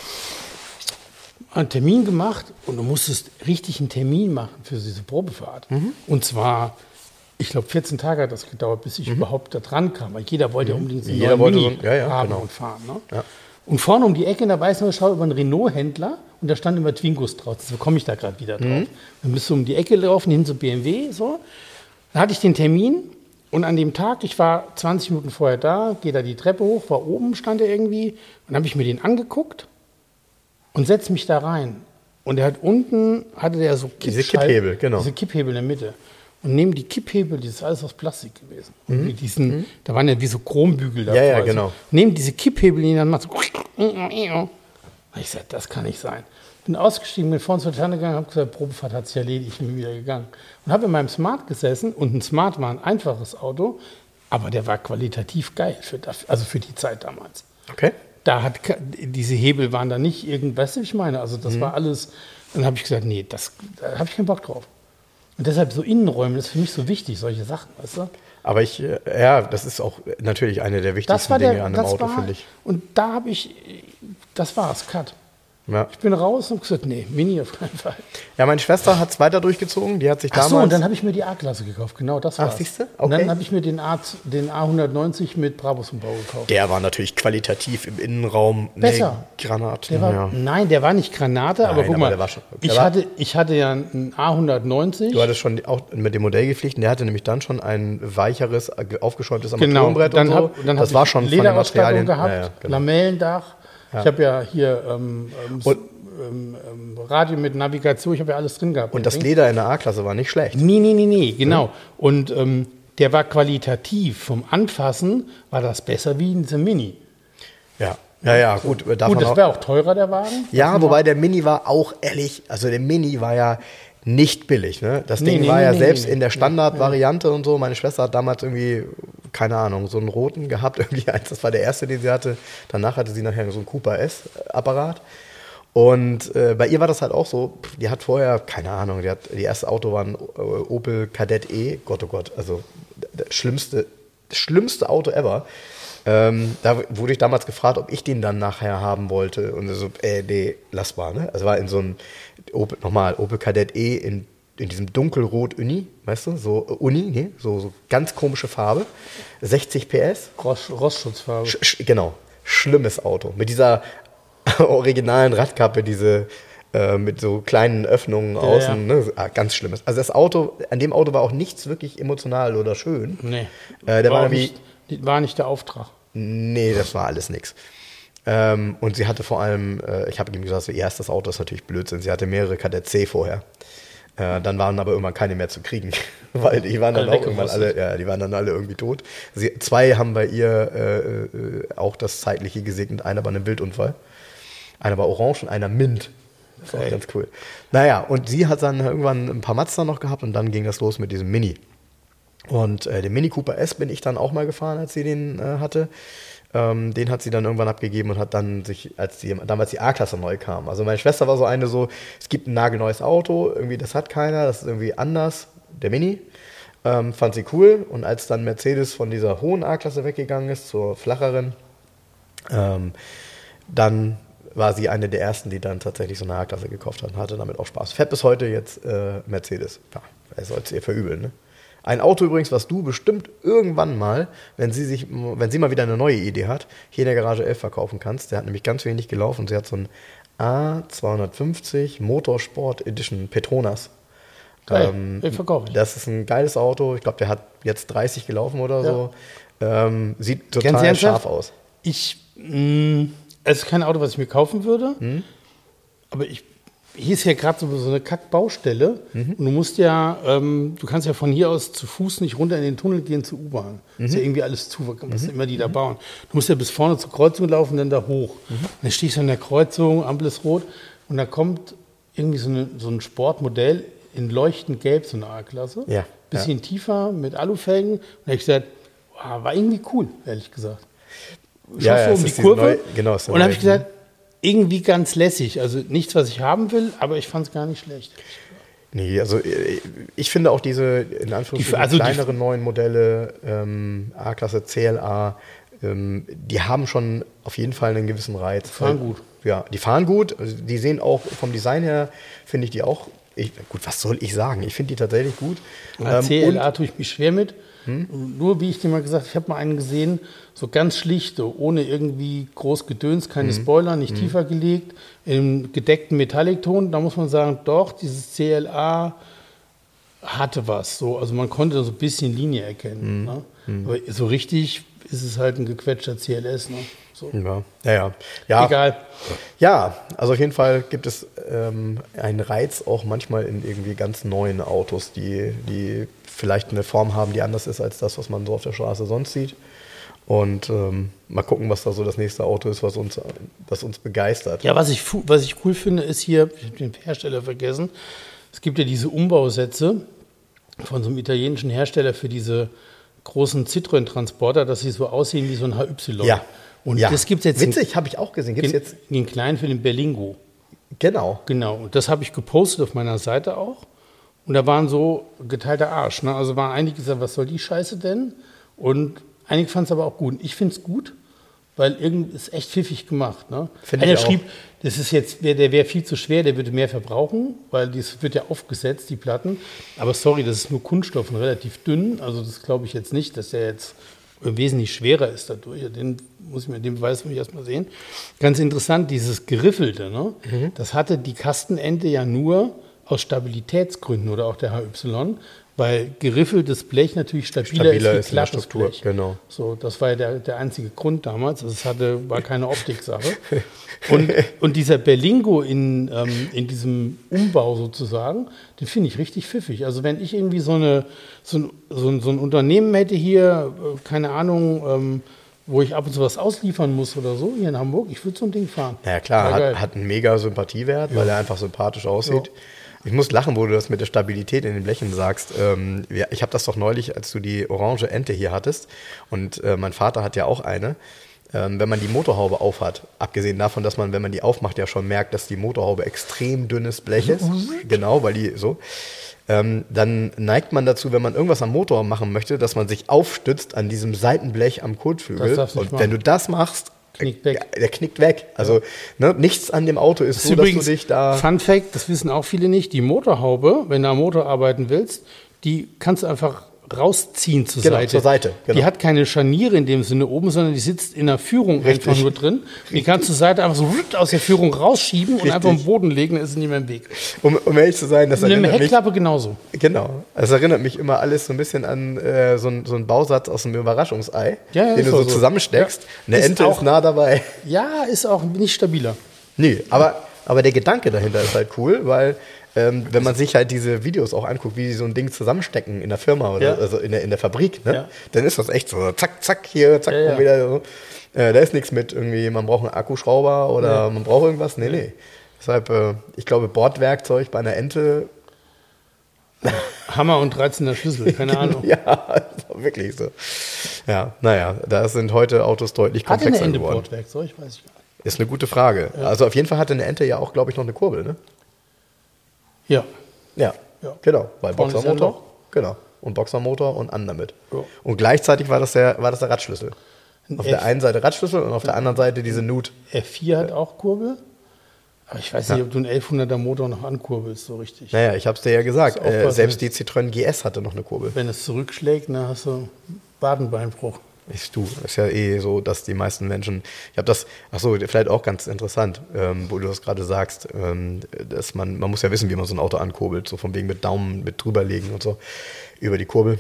Einen Termin gemacht und du musstest richtig einen Termin machen für diese Probefahrt. Mhm. Und zwar, ich glaube, 14 Tage hat das gedauert, bis ich überhaupt da dran kam. Weil jeder wollte ja unbedingt einen neuen Mini haben und fahren. Ne? Ja. Und vorne um die Ecke in der Weißenhauer über einen Renault-Händler und da stand immer Twingos drauf. So komme ich da gerade wieder drauf. Mhm. Dann bist du um die Ecke laufen, hin zu BMW. So. Dann hatte ich den Termin. Und an dem Tag, ich war 20 Minuten vorher da, gehe da die Treppe hoch, war oben, stand er irgendwie. Und dann habe ich mir den angeguckt und setze mich da rein. Und er hat unten, hatte der so diese Kipphebel, genau. Diese Kipphebel in der Mitte. Und neben die Kipphebel, das ist alles aus Plastik gewesen. Und mit diesen, da waren ja wie so Chrombügel da. Ja, genau. Neben diese Kipphebel, die dann macht so. Und ich sagte, das kann nicht sein. Bin ausgestiegen, bin vorne zur Tante gegangen, habe gesagt, Probefahrt hat sich erledigt, ich bin wieder gegangen. Und habe in meinem Smart gesessen und ein Smart war ein einfaches Auto, aber der war qualitativ geil, für die Zeit damals. Okay. Diese Hebel waren da nicht irgendwas, ich meine, also das war alles, dann habe ich gesagt, nee, da habe ich keinen Bock drauf. Und deshalb so Innenräume, das ist für mich so wichtig, solche Sachen, weißt du? Aber das ist auch natürlich eine der wichtigsten Dinge an einem Auto, finde ich. Und das war's, Cut. Ja. Ich bin raus und gesagt, nee, Mini auf keinen Fall. Ja, meine Schwester hat es weiter durchgezogen. Die hat sich damals... und dann habe ich mir die A-Klasse gekauft. Genau, das war's. Ach, siehst du? Okay. Und dann habe ich mir den A190 mit Brabus-Umbau gekauft. Der war natürlich qualitativ im Innenraum besser. Granat. Nein, der war nicht Granate, aber guck mal, ich hatte ja einen A190. Du hattest schon auch mit dem Modell gepflichtet. Der hatte nämlich dann schon ein weicheres, aufgeschäumtes Armaturenbrett und so. Dann das war schon Lederausstattung gehabt, Lamellendach. Ja. Ich habe ja hier Radio mit Navigation, ich habe ja alles drin gehabt. Und das Leder in der A-Klasse war nicht schlecht. Nee, genau. Und der war qualitativ, vom Anfassen war das besser wie in diesem Mini. Ja, gut. Und das wäre auch teurer, der Wagen. Ja, wobei der Mini war auch ehrlich, also der Mini war ja nicht billig. Ne? Das Ding war ja selbst in der Standardvariante und so. Meine Schwester hat damals irgendwie, keine Ahnung, so einen roten gehabt. Irgendwie eins, das war der erste, den sie hatte. Danach hatte sie nachher so einen Cooper S-Apparat. Und bei ihr war das halt auch so. Die hat vorher, keine Ahnung, die erste Auto war ein Opel Kadett E. Gott, oh Gott, also das schlimmste Auto ever. Da wurde ich damals gefragt, ob ich den dann nachher haben wollte. Und so, nee, lass mal. Ne? Also war in so einem Opel Kadett E in diesem dunkelrot Uni, weißt du, so Uni, ne? so ganz komische Farbe, 60 PS. Rostschutzfarbe. Genau, schlimmes Auto. Mit dieser originalen Radkappe, mit so kleinen Öffnungen außen, ja. Ne? Ganz schlimmes. Also an dem Auto war auch nichts wirklich emotional oder schön. Nee, war nicht der Auftrag. Nee, das war alles nix. Und sie hatte vor allem, ich habe ihm gesagt, ihr erstes Auto ist natürlich Blödsinn. Sie hatte mehrere Kadett C vorher. Dann waren aber irgendwann keine mehr zu kriegen, weil die waren dann auch irgendwann die waren dann alle irgendwie tot. Zwei haben bei ihr auch das Zeitliche gesegnet. Einer war ein Wildunfall, einer war orange und einer Mint. Das war auch ganz cool. Naja, und sie hat dann irgendwann ein paar Mazda noch gehabt und dann ging das los mit diesem Mini. Und den Mini Cooper S bin ich dann auch mal gefahren, als sie den hatte. Den hat sie dann irgendwann abgegeben und hat dann damals die A-Klasse neu kam. Also meine Schwester war so eine es gibt ein nagelneues Auto, irgendwie das hat keiner, das ist irgendwie anders, der Mini. Fand sie cool. Und als dann Mercedes von dieser hohen A-Klasse weggegangen ist zur flacheren, dann war sie eine der ersten, die dann tatsächlich so eine A-Klasse gekauft hat und hatte damit auch Spaß. Fährt bis heute jetzt Mercedes. Ja, wer soll es ihr verübeln, ne? Ein Auto übrigens, was du bestimmt irgendwann mal, wenn sie mal wieder eine neue Idee hat, hier in der Garage 11 verkaufen kannst. Der hat nämlich ganz wenig gelaufen. Sie hat so ein A250 Motorsport Edition Petronas. Geil, verkaufe ich. Das ist ein geiles Auto. Ich glaube, der hat jetzt 30 gelaufen oder so. Sieht total scharf aus. Es ist kein Auto, was ich mir kaufen würde. Aber hier ist ja gerade so eine Kackbaustelle. Und du musst ja, du kannst ja von hier aus zu Fuß nicht runter in den Tunnel gehen zur U-Bahn. Ist ja irgendwie alles zu, was immer die da bauen. Du musst ja bis vorne zur Kreuzung laufen, dann da hoch. Dann stehst du an der Kreuzung, Ampel ist rot. Und da kommt irgendwie so ein Sportmodell in leuchtend gelb, so eine A-Klasse. Ja. Bisschen tiefer, mit Alufelgen. Und da habe ich gesagt, wow, war irgendwie cool, ehrlich gesagt. Ja, um die Kurve. Genau, und dann habe ich gesagt, irgendwie ganz lässig. Also nichts, was ich haben will, aber ich fand es gar nicht schlecht. Nee, also ich finde auch diese, in Anführungsstrichen, kleineren neuen Modelle, A-Klasse, CLA, die haben schon auf jeden Fall einen gewissen Reiz. Die fahren gut. Ja, die fahren gut. Also die sehen auch vom Design her, finde ich die auch, gut, was soll ich sagen? Ich finde die tatsächlich gut. CLA tue ich mich schwer mit. Nur, wie ich dir mal gesagt habe, ich habe mal einen gesehen, so ganz schlicht, so ohne irgendwie groß Gedöns, keine Spoiler, nicht tiefer gelegt, im gedeckten Metallikton. Da muss man sagen, doch, dieses CLA hatte was. So. Also man konnte so ein bisschen Linie erkennen. Ne? Aber so richtig ist es halt ein gequetschter CLS. Ne? So. Ja. Egal. Ja, also auf jeden Fall gibt es einen Reiz auch manchmal in irgendwie ganz neuen Autos, die vielleicht eine Form haben, die anders ist als das, was man so auf der Straße sonst sieht. Und mal gucken, was da so das nächste Auto ist, was uns begeistert. Ja, was ich cool finde, ist hier, ich habe den Hersteller vergessen, es gibt ja diese Umbausätze von so einem italienischen Hersteller für diese großen Citroën-Transporter, dass sie so aussehen wie so ein HY. Ja. Und das gibt es jetzt. Witzig, habe ich auch gesehen. Gibt's jetzt den kleinen für den Berlingo. Genau. Und das habe ich gepostet auf meiner Seite auch. Und da waren so geteilter Arsch. Ne? Also waren einige gesagt, was soll die Scheiße denn? Und einige fanden es aber auch gut. Ich finde es gut, weil irgendwie ist echt pfiffig gemacht. Ne? Einer schrieb, das ist jetzt, der wäre viel zu schwer, der würde mehr verbrauchen, weil das wird ja aufgesetzt, die Platten. Aber sorry, das ist nur Kunststoff und relativ dünn. Also das glaube ich jetzt nicht, dass der jetzt wesentlich schwerer ist dadurch. Den Beweis muss ich erst mal sehen. Ganz interessant, dieses Geriffelte, ne? Das hatte die Kastenente ja nur aus Stabilitätsgründen oder auch der HY, weil geriffeltes Blech natürlich stabiler ist wie glattes Blech. Genau. So, das war ja der einzige Grund damals. Also es war keine Optiksache. Und dieser Berlingo in diesem Umbau sozusagen, den finde ich richtig pfiffig. Also wenn ich irgendwie so ein Unternehmen hätte hier, keine Ahnung, wo ich ab und zu was ausliefern muss oder so, hier in Hamburg, ich würde so ein Ding fahren. Ja klar, hat einen mega Sympathiewert, weil er einfach sympathisch aussieht. Ja. Ich muss lachen, wo du das mit der Stabilität in den Blechen sagst. Ich habe das doch neulich, als du die orange Ente hier hattest, und mein Vater hat ja auch eine. Wenn man die Motorhaube aufhat, abgesehen davon, dass man, wenn man die aufmacht, ja schon merkt, dass die Motorhaube extrem dünnes Blech ist, genau, weil die so, dann neigt man dazu, wenn man irgendwas am Motor machen möchte, dass man sich aufstützt an diesem Seitenblech am Kotflügel. Und wenn du das machst, der knickt weg. Also nichts an dem Auto ist so, übrigens, dass du dich da... Fun Fact, das wissen auch viele nicht, die Motorhaube, wenn du am Motor arbeiten willst, die kannst du einfach rausziehen zur Seite. Genau. Die hat keine Scharniere in dem Sinne oben, sondern die sitzt in der Führung einfach nur drin. Die kannst du zur Seite einfach so aus der Führung rausschieben und einfach am Boden legen, dann ist sie nicht mehr im Weg. Um ehrlich zu sein, das erinnert mich... Eine Heckklappe genauso. Genau. Das erinnert mich immer alles so ein bisschen an so einen Bausatz aus einem Überraschungsei, den du so zusammensteckst. Ja. Eine Ente ist nah dabei. Ja, ist auch nicht stabiler. Nee, aber der Gedanke dahinter ist halt cool, weil wenn man sich halt diese Videos auch anguckt, wie sie so ein Ding zusammenstecken in der Firma oder also in der Fabrik, ne? Dann ist das echt so zack, zack, hier, zack, und wieder so. Da ist nichts mit irgendwie, man braucht einen Akkuschrauber oder man braucht irgendwas. Nee. Deshalb, ich glaube, Bordwerkzeug bei einer Ente... Hammer und 13er Schlüssel, keine Ahnung. Ja, wirklich so. Ja, naja, da sind heute Autos deutlich komplexer geworden. Hat eine Ente Bordwerkzeug? Weiß ich gar nicht. Ist eine gute Frage. Ja. Also auf jeden Fall hatte eine Ente ja auch, glaube ich, noch eine Kurbel, ne? Ja, genau. Weil Boxermotor. Genau. Und Boxermotor und an damit. Ja. Und gleichzeitig war das der Radschlüssel. Auf der einen Seite Radschlüssel und auf der anderen Seite diese Nut. R4 hat auch Kurbel. Aber ich weiß nicht, ob du einen 1100er Motor noch ankurbelst, so richtig. Naja, ich habe es dir ja gesagt. Selbst die Citroën GS hatte noch eine Kurbel. Wenn es zurückschlägt, dann hast du Wadenbeinbruch. Ist ja eh so, dass die meisten Menschen, vielleicht auch ganz interessant, wo du das gerade sagst, dass man muss ja wissen, wie man so ein Auto ankurbelt, so von wegen mit Daumen mit drüberlegen und so über die Kurbel.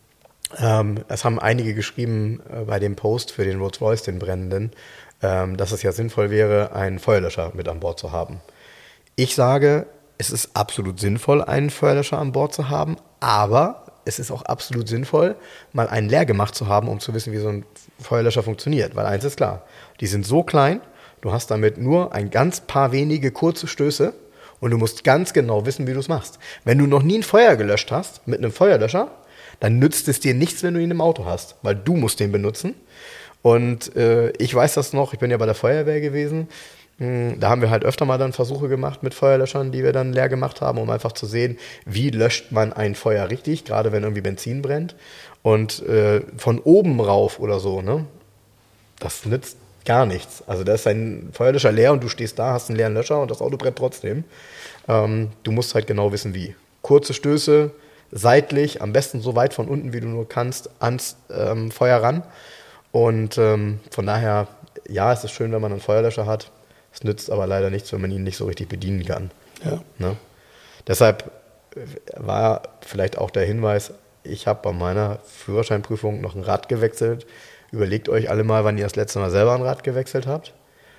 Es haben einige geschrieben bei dem Post für den Rolls-Royce, den brennenden, dass es ja sinnvoll wäre, einen Feuerlöscher mit an Bord zu haben. Ich sage, es ist absolut sinnvoll, einen Feuerlöscher an Bord zu haben, aber es ist auch absolut sinnvoll, mal einen leer gemacht zu haben, um zu wissen, wie so ein Feuerlöscher funktioniert. Weil eins ist klar, die sind so klein, du hast damit nur ein ganz paar wenige kurze Stöße und du musst ganz genau wissen, wie du es machst. Wenn du noch nie ein Feuer gelöscht hast mit einem Feuerlöscher, dann nützt es dir nichts, wenn du ihn im Auto hast, weil du musst den benutzen. Und ich weiß das noch, ich bin ja bei der Feuerwehr gewesen, da haben wir halt öfter mal dann Versuche gemacht mit Feuerlöschern, die wir dann leer gemacht haben, um einfach zu sehen, wie löscht man ein Feuer richtig, gerade wenn irgendwie Benzin brennt. Und von oben rauf oder so, ne, das nützt gar nichts. Also da ist ein Feuerlöscher leer und du stehst da, hast einen leeren Löscher und das Auto brennt trotzdem. Du musst halt genau wissen, wie. Kurze Stöße, seitlich, am besten so weit von unten, wie du nur kannst, ans Feuer ran. Und von daher, ja, es ist schön, wenn man einen Feuerlöscher hat. Es nützt aber leider nichts, wenn man ihn nicht so richtig bedienen kann. Ja. Ne? Deshalb war vielleicht auch der Hinweis, ich habe bei meiner Führerscheinprüfung noch ein Rad gewechselt. Überlegt euch alle mal, wann ihr das letzte Mal selber ein Rad gewechselt habt.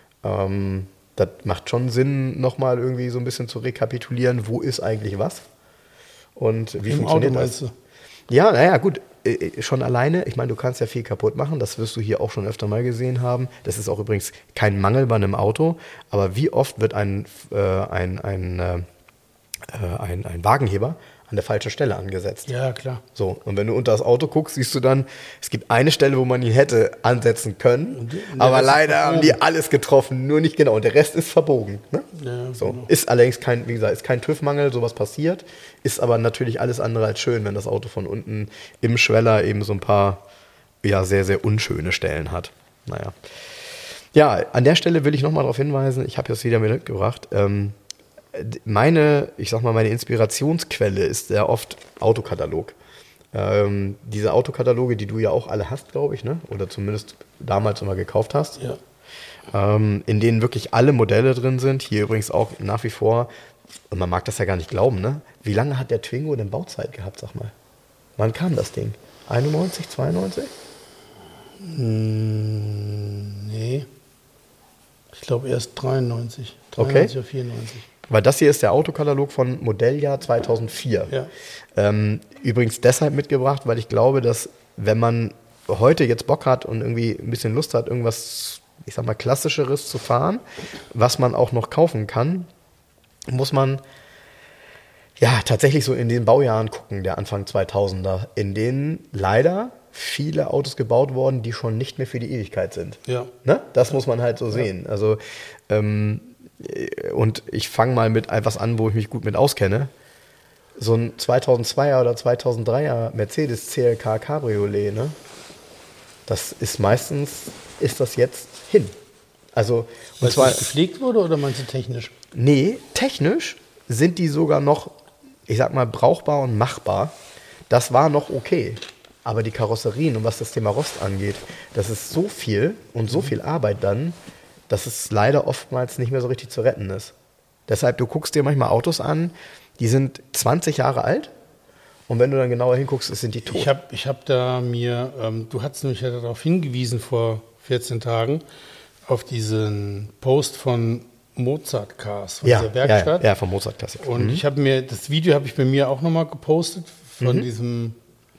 Das macht schon Sinn, nochmal irgendwie so ein bisschen zu rekapitulieren, wo ist eigentlich was und wie funktioniert das? Ja, naja, gut. Schon alleine, ich meine, du kannst ja viel kaputt machen, das wirst du hier auch schon öfter mal gesehen haben. Das ist auch übrigens kein Mangel bei einem Auto, aber wie oft wird ein Wagenheber an der falschen Stelle angesetzt? Ja, klar. So, und wenn du unter das Auto guckst, siehst du dann, es gibt eine Stelle, wo man ihn hätte ansetzen können, aber leider haben die alles getroffen, nur nicht genau. Und der Rest ist verbogen. Ne? Ja, so. Genau. Ist allerdings kein, wie gesagt, ist kein TÜV-Mangel, sowas passiert, ist aber natürlich alles andere als schön, wenn das Auto von unten im Schweller eben so ein paar, ja, sehr, sehr unschöne Stellen hat. Naja. Ja, an der Stelle will ich nochmal darauf hinweisen, ich habe das wieder mitgebracht, meine Inspirationsquelle ist sehr oft Autokatalog. Diese Autokataloge, die du ja auch alle hast, glaube ich, ne? Oder zumindest damals immer gekauft hast. Ja. In denen wirklich alle Modelle drin sind. Hier übrigens auch nach wie vor, und man mag das ja gar nicht glauben, ne? Wie lange hat der Twingo denn Bauzeit gehabt, sag mal? Wann kam das Ding? 91, 92? Nee. Ich glaube erst 93. 93 oder 94. Weil das hier ist der Autokatalog von Modelljahr 2004. Ja. Übrigens deshalb mitgebracht, weil ich glaube, dass wenn man heute jetzt Bock hat und irgendwie ein bisschen Lust hat, irgendwas, ich sag mal, Klassischeres zu fahren, was man auch noch kaufen kann, muss man ja tatsächlich so in den Baujahren gucken, der Anfang 2000er, in denen leider viele Autos gebaut wurden, die schon nicht mehr für die Ewigkeit sind. Ja. Ne? Das muss man halt so sehen. Also und ich fange mal mit etwas an, wo ich mich gut mit auskenne. So ein 2002er oder 2003er Mercedes CLK Cabriolet, ne? Das ist das jetzt hin. Also, weil es nicht gepflegt wurde oder meinst du technisch? Nee, technisch sind die sogar noch, ich sag mal, brauchbar und machbar. Das war noch okay. Aber die Karosserien und was das Thema Rost angeht, das ist so viel und so viel Arbeit dann, dass es leider oftmals nicht mehr so richtig zu retten ist. Deshalb, du guckst dir manchmal Autos an, die sind 20 Jahre alt und wenn du dann genauer hinguckst, sind die tot. Ich hab da mir, du hast nämlich ja darauf hingewiesen vor 14 Tagen, auf diesen Post von Mozart Cars, von dieser Werkstatt. Ja, von Mozart Cars. Und das Video habe ich bei mir auch nochmal gepostet, von diesem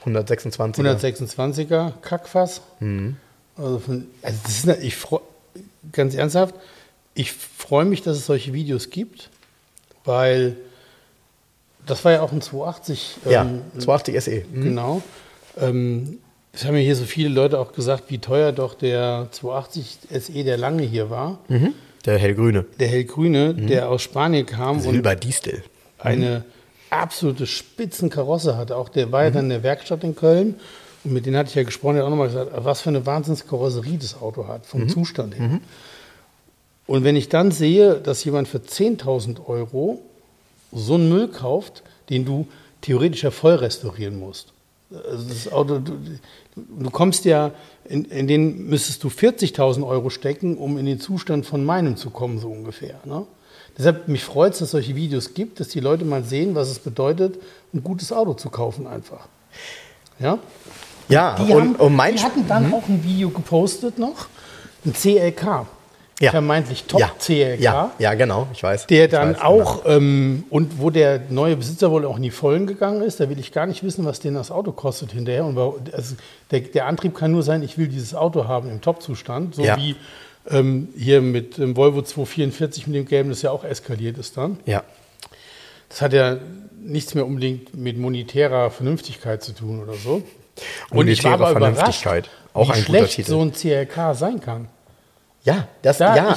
126er Kackfass. Also das ist, ganz ernsthaft, ich freue mich, dass es solche Videos gibt, weil das war ja auch ein 280. 280 SE. Genau. Es haben ja hier so viele Leute auch gesagt, wie teuer doch der 280 SE, der lange hier war. Der hellgrüne. Der hellgrüne, der aus Spanien kam. Silberdistel. Eine absolute Spitzenkarosse hatte. Auch der war ja dann in der Werkstatt in Köln. Und mit denen hatte ich ja gesprochen, der hat auch nochmal gesagt, was für eine Wahnsinnskarosserie das Auto hat, vom Zustand her. Und wenn ich dann sehe, dass jemand für 10.000 Euro so einen Müll kauft, den du theoretisch ja voll restaurieren musst. Also das Auto, du kommst ja, in den müsstest du 40.000 Euro stecken, um in den Zustand von meinem zu kommen, so ungefähr. Ne? Deshalb mich freut es, dass es solche Videos gibt, dass die Leute mal sehen, was es bedeutet, ein gutes Auto zu kaufen einfach. Ja, ja, die hatten dann auch ein Video gepostet noch, ein CLK. Ja. Vermeintlich Top-CLK. Ja, genau, ich weiß. Der dann auch, und wo der neue Besitzer wohl auch in die Vollen gegangen ist, da will ich gar nicht wissen, was den das Auto kostet hinterher. Und also der Antrieb kann nur sein, ich will dieses Auto haben im Top-Zustand, so wie hier mit dem Volvo 244 mit dem Gelben, das ja auch eskaliert ist dann. Ja. Das hat ja nichts mehr unbedingt mit monetärer Vernünftigkeit zu tun oder so. Und ich war aber überrascht, auch wie ein guter schlecht Titel. so ein CLK sein kann. Ja, Ich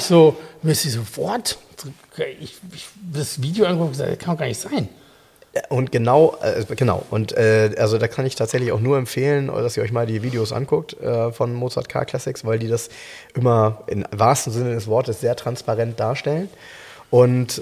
das Video angeguckt und gesagt, das kann doch gar nicht sein. Und genau. Und also da kann ich tatsächlich auch nur empfehlen, dass ihr euch mal die Videos anguckt von Mozart Car Classics, weil die das immer im wahrsten Sinne des Wortes sehr transparent darstellen. Und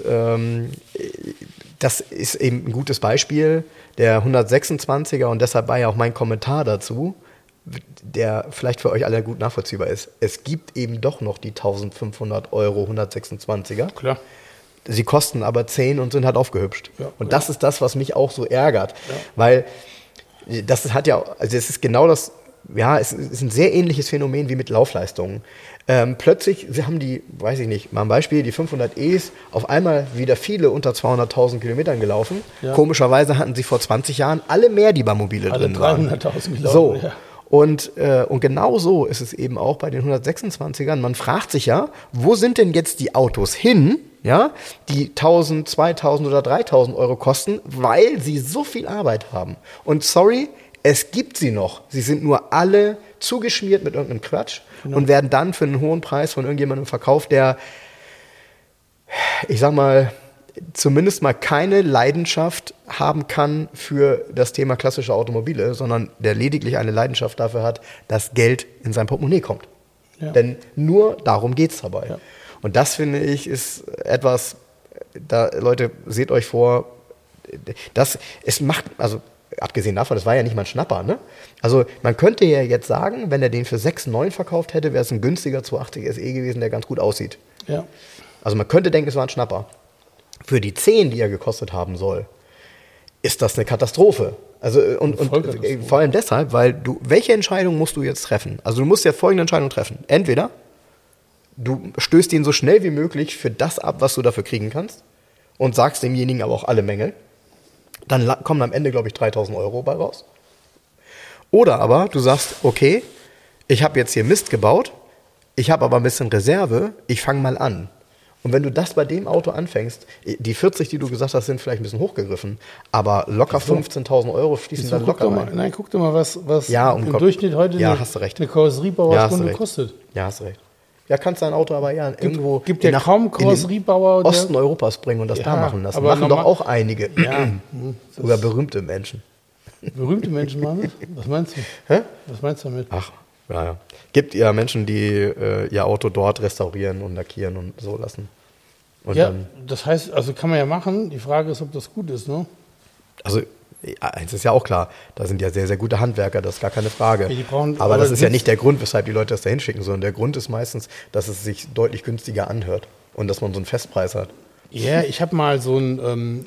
das ist eben ein gutes Beispiel, der 126er, und deshalb war ja auch mein Kommentar dazu, der vielleicht für euch alle gut nachvollziehbar ist. Es gibt eben doch noch die 1.500 Euro 126er. Klar. Sie kosten aber 10 und sind halt aufgehübscht. Ja, und das ist das, was mich auch so ärgert. Ja. Weil das hat ja, also es ist genau das, ja, es ist ein sehr ähnliches Phänomen wie mit Laufleistungen. Plötzlich haben die, weiß ich nicht, mal ein Beispiel, die 500Es auf einmal wieder viele unter 200.000 Kilometern gelaufen. Ja. Komischerweise hatten sie vor 20 Jahren alle mehr die Mobile drin waren. 300.000 gelaufen. So. Ja. Und genau so ist es eben auch bei den 126ern. Man fragt sich ja, wo sind denn jetzt die Autos hin, ja, die 1.000, 2.000 oder 3.000 Euro kosten, weil sie so viel Arbeit haben. Und sorry, es gibt sie noch. Sie sind nur alle zugeschmiert mit irgendeinem Quatsch und werden dann für einen hohen Preis von irgendjemandem verkauft, der, ich sag mal, zumindest mal keine Leidenschaft haben kann für das Thema klassische Automobile, sondern der lediglich eine Leidenschaft dafür hat, dass Geld in sein Portemonnaie kommt. Ja. Denn nur darum geht es dabei. Ja. Und das, finde ich, ist etwas, da, Leute, seht euch vor, es macht, also abgesehen davon, das war ja nicht mal ein Schnapper, ne? Also man könnte ja jetzt sagen, wenn er den für 6,9 verkauft hätte, wäre es ein günstiger 280 SE gewesen, der ganz gut aussieht. Ja. Also man könnte denken, es war ein Schnapper. Für die 10, die er gekostet haben soll, ist das eine Katastrophe. Also und vor allem deshalb, weil welche Entscheidung musst du jetzt treffen? Also du musst ja folgende Entscheidung treffen. Entweder du stößt ihn so schnell wie möglich für das ab, was du dafür kriegen kannst und sagst demjenigen aber auch alle Mängel. Dann kommen am Ende, glaube ich, 3.000 Euro bei raus. Oder aber du sagst, okay, ich habe jetzt hier Mist gebaut, ich habe aber ein bisschen Reserve, ich fange mal an. Und wenn du das bei dem Auto anfängst, die 40, die du gesagt hast, sind vielleicht ein bisschen hochgegriffen, aber locker 15.000 Euro fließen dann locker rein. Nein, guck doch mal, was im Durchschnitt heute hast du recht. eine Karosseriebauerstunde kostet. Ja, hast du recht. Ja, kannst dein Auto aber irgendwo gibt ja kaum Karosseriebauer, in den Osten Europas bringen und das da machen lassen. Machen doch auch einige. Ja. Sogar berühmte Menschen. Berühmte Menschen machen das? Was meinst du? Hä? Was meinst du damit? Ach, ja. Gibt ja Menschen, die ihr Auto dort restaurieren und lackieren und so lassen. Und ja, das heißt, also kann man ja machen. Die Frage ist, ob das gut ist, ne? Also eins ist ja auch klar, da sind ja sehr, sehr gute Handwerker, das ist gar keine Frage. Ja, aber das ist ja nicht der Grund, weshalb die Leute das da hinschicken, sondern der Grund ist meistens, dass es sich deutlich günstiger anhört und dass man so einen Festpreis hat. Ja, ich habe mal so einen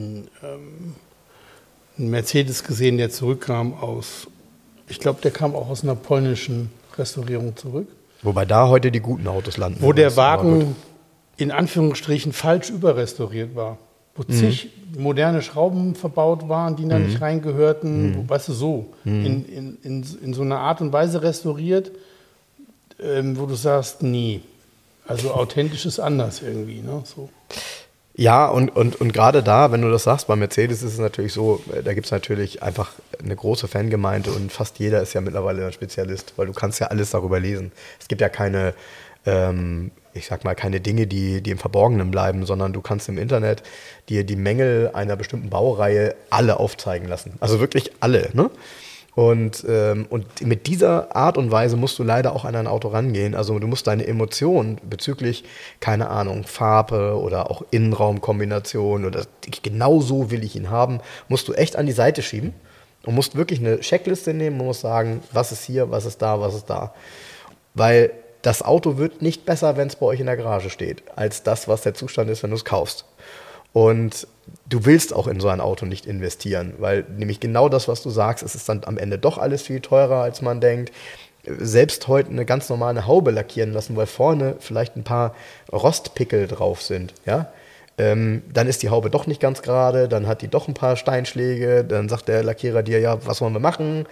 Mercedes gesehen, der zurückkam ich glaube, der kam auch aus einer polnischen Restaurierung zurück. Wobei da heute die guten Autos landen. Wo der Wagen in Anführungsstrichen falsch überrestauriert war. Wo zig moderne Schrauben verbaut waren, die da nicht reingehörten, weißt du, so. In so einer Art und Weise restauriert, wo du sagst, nee. Also authentisch ist anders irgendwie, ne? So. Ja, und gerade da, wenn du das sagst, bei Mercedes ist es natürlich so, da gibt es natürlich einfach eine große Fangemeinde und fast jeder ist ja mittlerweile ein Spezialist, weil du kannst ja alles darüber lesen. Es gibt ja keine, ich sag mal, keine Dinge, die im Verborgenen bleiben, sondern du kannst im Internet dir die Mängel einer bestimmten Baureihe alle aufzeigen lassen. Also wirklich alle, ne? Und mit dieser Art und Weise musst du leider auch an ein Auto rangehen. Also du musst deine Emotionen bezüglich, keine Ahnung, Farbe oder auch Innenraumkombination oder genau so will ich ihn haben, musst du echt an die Seite schieben und musst wirklich eine Checkliste nehmen und musst sagen, was ist hier, was ist da, was ist da. Weil das Auto wird nicht besser, wenn es bei euch in der Garage steht, als das, was der Zustand ist, wenn du es kaufst. Und du willst auch in so ein Auto nicht investieren, weil nämlich genau das, was du sagst, es ist dann am Ende doch alles viel teurer, als man denkt. Selbst heute eine ganz normale Haube lackieren lassen, weil vorne vielleicht ein paar Rostpickel drauf sind, ja, dann ist die Haube doch nicht ganz gerade, dann hat die doch ein paar Steinschläge, dann sagt der Lackierer dir, ja, was wollen wir machen?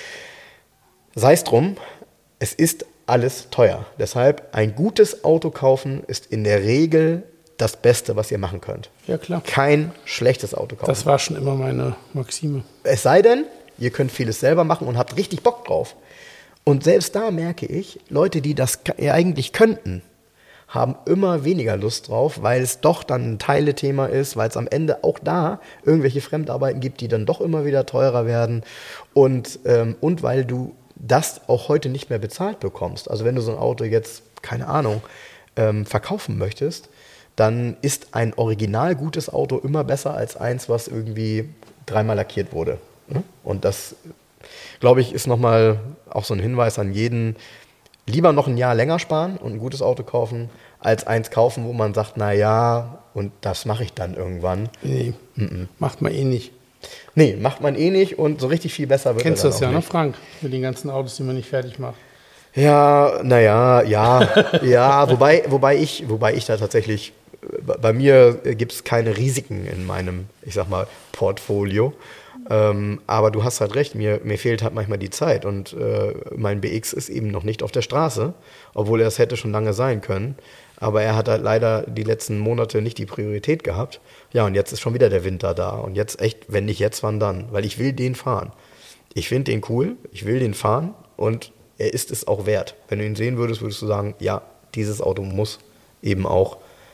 Sei es drum, es ist alles teuer. Deshalb ein gutes Auto kaufen ist in der Regel das Beste, was ihr machen könnt. Ja, klar. Kein schlechtes Auto kaufen. Das war schon immer meine Maxime. Es sei denn, ihr könnt vieles selber machen und habt richtig Bock drauf. Und selbst da merke ich, Leute, die das eigentlich könnten, haben immer weniger Lust drauf, weil es doch dann ein Teilethema ist, weil es am Ende auch da irgendwelche Fremdarbeiten gibt, die dann doch immer wieder teurer werden und weil du das auch heute nicht mehr bezahlt bekommst. Also wenn du so ein Auto jetzt, keine Ahnung, verkaufen möchtest, dann ist ein original gutes Auto immer besser als eins, was irgendwie 3-mal lackiert wurde. Und das, glaube ich, ist nochmal auch so ein Hinweis an jeden, lieber noch ein Jahr länger sparen und ein gutes Auto kaufen, als eins kaufen, wo man sagt, na ja, und das mache ich dann irgendwann. Nee, macht man eh nicht. Nee, macht man eh nicht und so richtig viel besser wird Kennst du das ja, nicht. ne, Frank? Mit den ganzen Autos, die man nicht fertig macht. Ja, naja, ja, wobei ich da tatsächlich, bei mir gibt es keine Risiken in meinem, ich sag mal, Portfolio. Aber du hast halt recht, mir fehlt halt manchmal die Zeit und mein BX ist eben noch nicht auf der Straße, obwohl er es hätte schon lange sein können. Aber er hat halt leider die letzten Monate nicht die Priorität gehabt. Ja, und jetzt ist schon wieder der Winter da. Und jetzt echt, wenn nicht jetzt, wann dann? Weil ich will den fahren. Ich finde den cool, ich will den fahren und er ist es auch wert. Wenn du ihn sehen würdest, würdest du sagen, ja, dieses Auto muss eben auch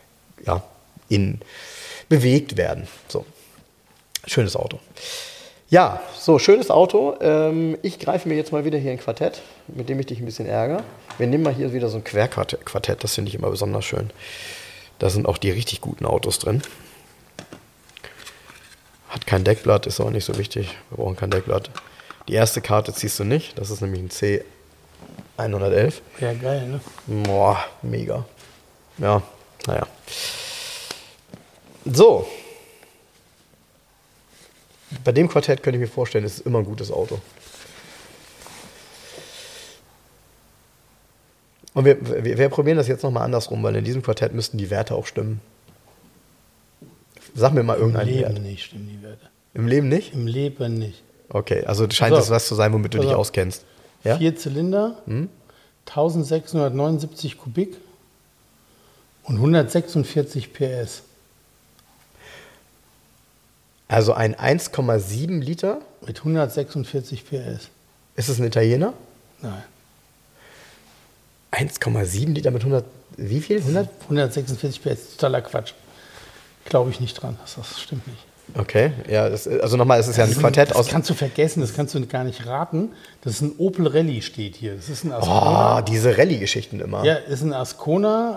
bewegt werden. So, schönes Auto. Ja, so, schönes Auto. Ich greife mir jetzt mal wieder hier ein Quartett, mit dem ich dich ein bisschen ärgere. Wir nehmen mal hier wieder so ein Querquartett, das finde ich immer besonders schön. Da sind auch die richtig guten Autos drin. Hat kein Deckblatt, ist auch nicht so wichtig. Wir brauchen kein Deckblatt. Die erste Karte ziehst du nicht, das ist nämlich ein C111. Ja, geil, ne? Boah, mega. Ja, naja. So. Bei dem Quartett könnte ich mir vorstellen, es ist immer ein gutes Auto. Und wir probieren das jetzt nochmal andersrum, weil in diesem Quartett müssten die Werte auch stimmen. Sag mir mal irgendeinen Wert. Im Leben nicht stimmen die Werte. Im Leben nicht? Im Leben nicht. Okay, also scheint es was zu sein, womit du dich auskennst. Ja? 4 Zylinder, 1679 Kubik und 146 PS. Also ein 1,7 Liter? Mit 146 PS. Ist es ein Italiener? Nein. 1,7 Liter mit 100, wie viel? 146 PS, totaler Quatsch. Glaube ich nicht dran, das stimmt nicht. Okay, ja, also nochmal, es ist ja ein Quartett aus... Das kannst du vergessen, das kannst du gar nicht raten. Das ist ein Opel Rallye steht hier. Das ist ein Ascona. Oh, diese Rallye-Geschichten immer. Ja, ist ein Ascona.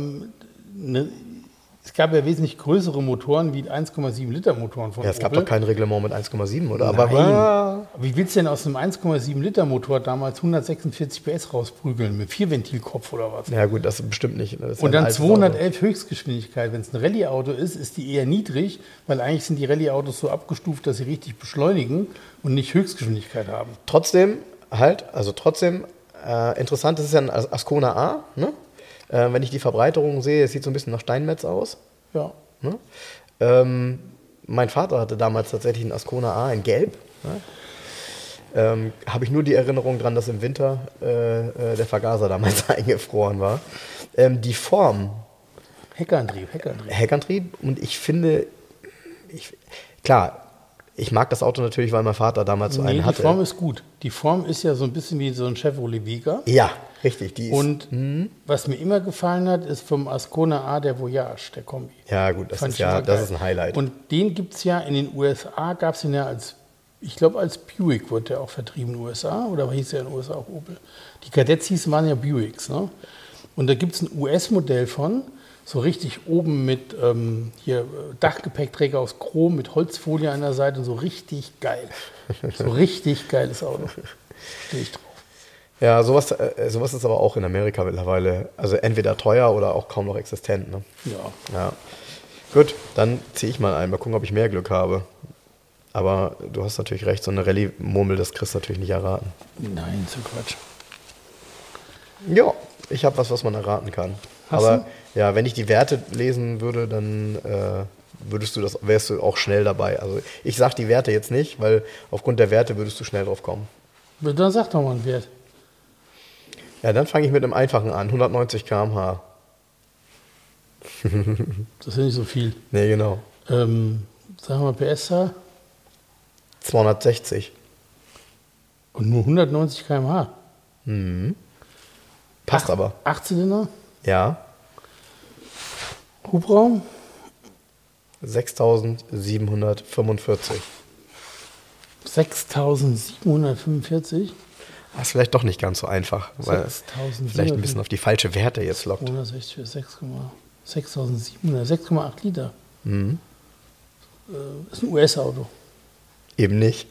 Es gab ja wesentlich größere Motoren wie 1,7 Liter Motoren von Ja, es gab Opel. doch kein Reglement mit 1,7, oder? Nein. Aber wie willst du denn aus einem 1,7 Liter Motor damals 146 PS rausprügeln? Mit 4-Ventilkopf oder was? Ja gut, das bestimmt nicht. Das ist Und ja ein dann altes 211 Höchstgeschwindigkeit. Wenn es ein Rallye-Auto ist die eher niedrig, weil eigentlich sind die Rallye-Autos so abgestuft, dass sie richtig beschleunigen und nicht Höchstgeschwindigkeit haben. Trotzdem, interessant, das ist ja ein Ascona A, ne? Wenn ich die Verbreiterung sehe, es sieht so ein bisschen nach Steinmetz aus. Ja. Ne? Mein Vater hatte damals tatsächlich einen Ascona A in Gelb. Ne? Habe ich nur die Erinnerung dran, dass im Winter der Vergaser damals eingefroren war. Die Form. Heckantrieb. Und ich finde, klar, ich mag das Auto natürlich, weil mein Vater damals so einen hatte. Die Form ist gut. Die Form ist ja so ein bisschen wie so ein Chevrolet Vega. Ja, richtig. Was mir immer gefallen hat, ist vom Ascona A der Voyage, der Kombi. Ja gut, das ist ein Highlight. Und den gibt es ja in den USA, gab es den ja als ich glaube, als Buick wurde der auch vertrieben in den USA, oder hieß der in den USA auch Opel? Die Kadetts hießen, waren ja Buicks, ne? Und da gibt es ein US-Modell von, so richtig oben mit Dachgepäckträger aus Chrom, mit Holzfolie an der Seite, so richtig geil. So richtig geiles Auto. Stehe ich drauf. Ja, sowas ist aber auch in Amerika mittlerweile, also entweder teuer oder auch kaum noch existent. Ne? Ja. Gut, dann ziehe ich mal ein, mal gucken, ob ich mehr Glück habe. Aber du hast natürlich recht, so eine Rallye-Murmel, das kriegst du natürlich nicht erraten. Nein, zu Quatsch. Ja, ich habe was man erraten kann. Aber ja, wenn ich die Werte lesen würde, dann wärst du auch schnell dabei. Also ich sag die Werte jetzt nicht, weil aufgrund der Werte würdest du schnell drauf kommen. Dann sag doch mal einen Wert. Ja, dann fange ich mit einem einfachen an, 190 km/h. Das ist ja nicht so viel. Nee, genau. Sagen wir mal PS-Zahl. 260. Und nur 190 km/h. Mhm. Passt aber. 8 Zylinder? Ja. Hubraum? 6.745. 6.745? Das ist vielleicht doch nicht ganz so einfach, weil es vielleicht ein bisschen auf die falsche Werte jetzt lockt. 160 für 6.700, 6,8 Liter. Mhm. Ist ein US-Auto. Eben nicht.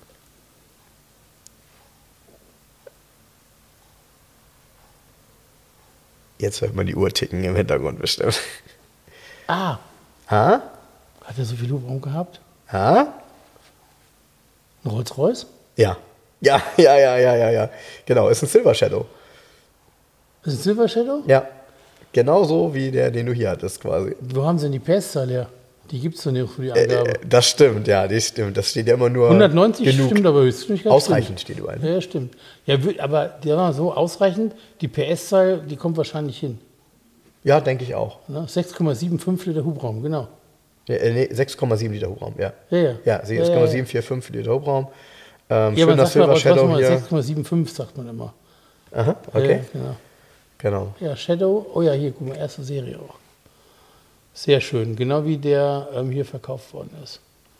Jetzt hört man die Uhr ticken im Hintergrund bestimmt. Ah. Ha? Hat er so viel Hubraum gehabt? Ha? Ein Rolls-Royce? Ja. Ja. Genau, ist ein Silver Shadow. Ist ein Silver Shadow? Ja. Genauso wie der, den du hier hattest quasi. Wo haben sie denn die PS-Zahl her? Die gibt es doch nicht für die Angabe. Das stimmt, ja, das stimmt. Das steht ja immer nur 190 genug. Stimmt aber höchstens. Ausreichend steht überall. Ja, stimmt. Ja, aber der war so ausreichend, die PS-Zahl, die kommt wahrscheinlich hin. Ja, denke ich auch. Ne? 6,75 Liter Hubraum, genau. Ja, nee, 6,7 Liter Hubraum, ja. Ja, 6,745 Liter Hubraum. Ja, schöner Silver Shadow hier. 6,75 sagt man immer. Aha, okay. Ja, genau. Ja, Shadow, oh ja, hier, guck mal, erste Serie auch. Sehr schön, genau wie der hier verkauft worden ist.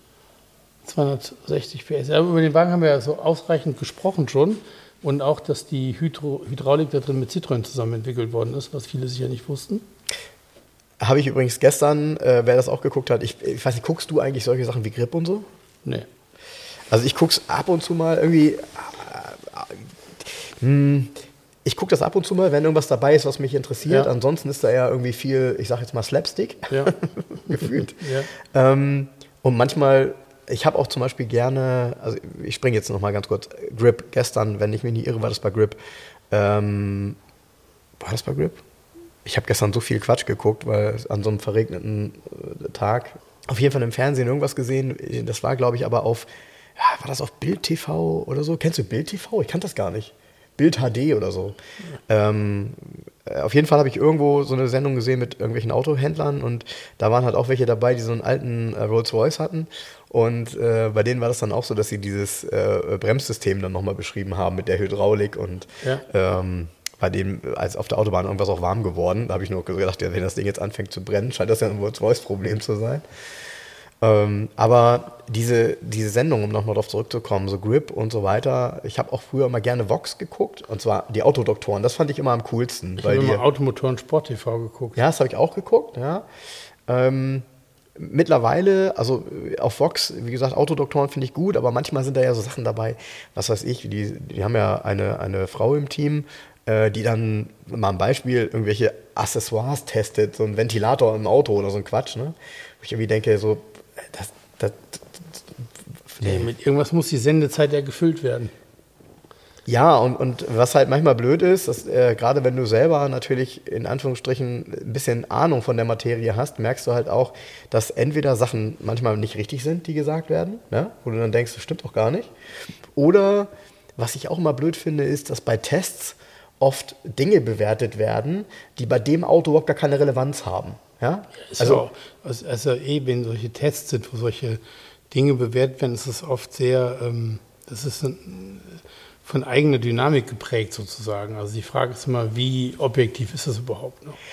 260 PS. Aber über den Wagen haben wir ja so ausreichend gesprochen schon. Und auch, dass die Hydraulik da drin mit Citroën zusammen entwickelt worden ist, was viele sicher nicht wussten. Habe ich übrigens gestern, wer das auch geguckt hat, ich weiß nicht, guckst du eigentlich solche Sachen wie Grip und so? Nee. Also ich gucke es ab und zu mal irgendwie, ich gucke das ab und zu mal, wenn irgendwas dabei ist, was mich interessiert. Ja. Ansonsten ist da ja irgendwie viel, ich sage jetzt mal Slapstick, gefühlt. Ja. Und manchmal, ich habe auch zum Beispiel gerne, also ich springe jetzt noch mal ganz kurz, Grip gestern, wenn ich mich nicht irre, war das bei Grip. War das bei Grip? Ich habe gestern so viel Quatsch geguckt, weil an so einem verregneten Tag auf jeden Fall im Fernsehen irgendwas gesehen. Das war, glaube ich, aber auf, war das auf Bild TV oder so? Kennst du Bild TV? Ich kannte das gar nicht. Bild HD oder so. Auf jeden Fall habe ich irgendwo so eine Sendung gesehen mit irgendwelchen Autohändlern und da waren halt auch welche dabei, die so einen alten Rolls-Royce hatten und bei denen war das dann auch so, dass sie dieses Bremssystem dann nochmal beschrieben haben mit der Hydraulik und bei dem, als auf der Autobahn irgendwas auch warm geworden, da habe ich nur gedacht, ja, wenn das Ding jetzt anfängt zu brennen, scheint das ja ein Rolls-Royce-Problem zu sein. Aber diese Sendung, um nochmal drauf zurückzukommen, so Grip und so weiter, ich habe auch früher immer gerne Vox geguckt, und zwar die Autodoktoren, das fand ich immer am coolsten. Ich habe immer Automotoren Sport TV geguckt. Ja, das habe ich auch geguckt, ja. Mittlerweile, also auf Vox, wie gesagt, Autodoktoren finde ich gut, aber manchmal sind da ja so Sachen dabei, was weiß ich, die haben ja eine Frau im Team, die dann, mal ein Beispiel, irgendwelche Accessoires testet, so ein Ventilator im Auto oder so ein Quatsch, ne? Wo ich irgendwie denke, so, nee. Mit irgendwas muss die Sendezeit ja gefüllt werden. Ja, und was halt manchmal blöd ist, dass gerade wenn du selber natürlich in Anführungsstrichen ein bisschen Ahnung von der Materie hast, merkst du halt auch, dass entweder Sachen manchmal nicht richtig sind, die gesagt werden, ne? Wo du dann denkst, das stimmt doch gar nicht. Oder, was ich auch immer blöd finde, ist, dass bei Tests oft Dinge bewertet werden, die bei dem Auto überhaupt gar keine Relevanz haben. Ja? Also wenn solche Tests sind, wo solche Dinge bewertet werden, ist es oft sehr, das ist von eigener Dynamik geprägt sozusagen. Also die Frage ist immer, wie objektiv ist das überhaupt noch?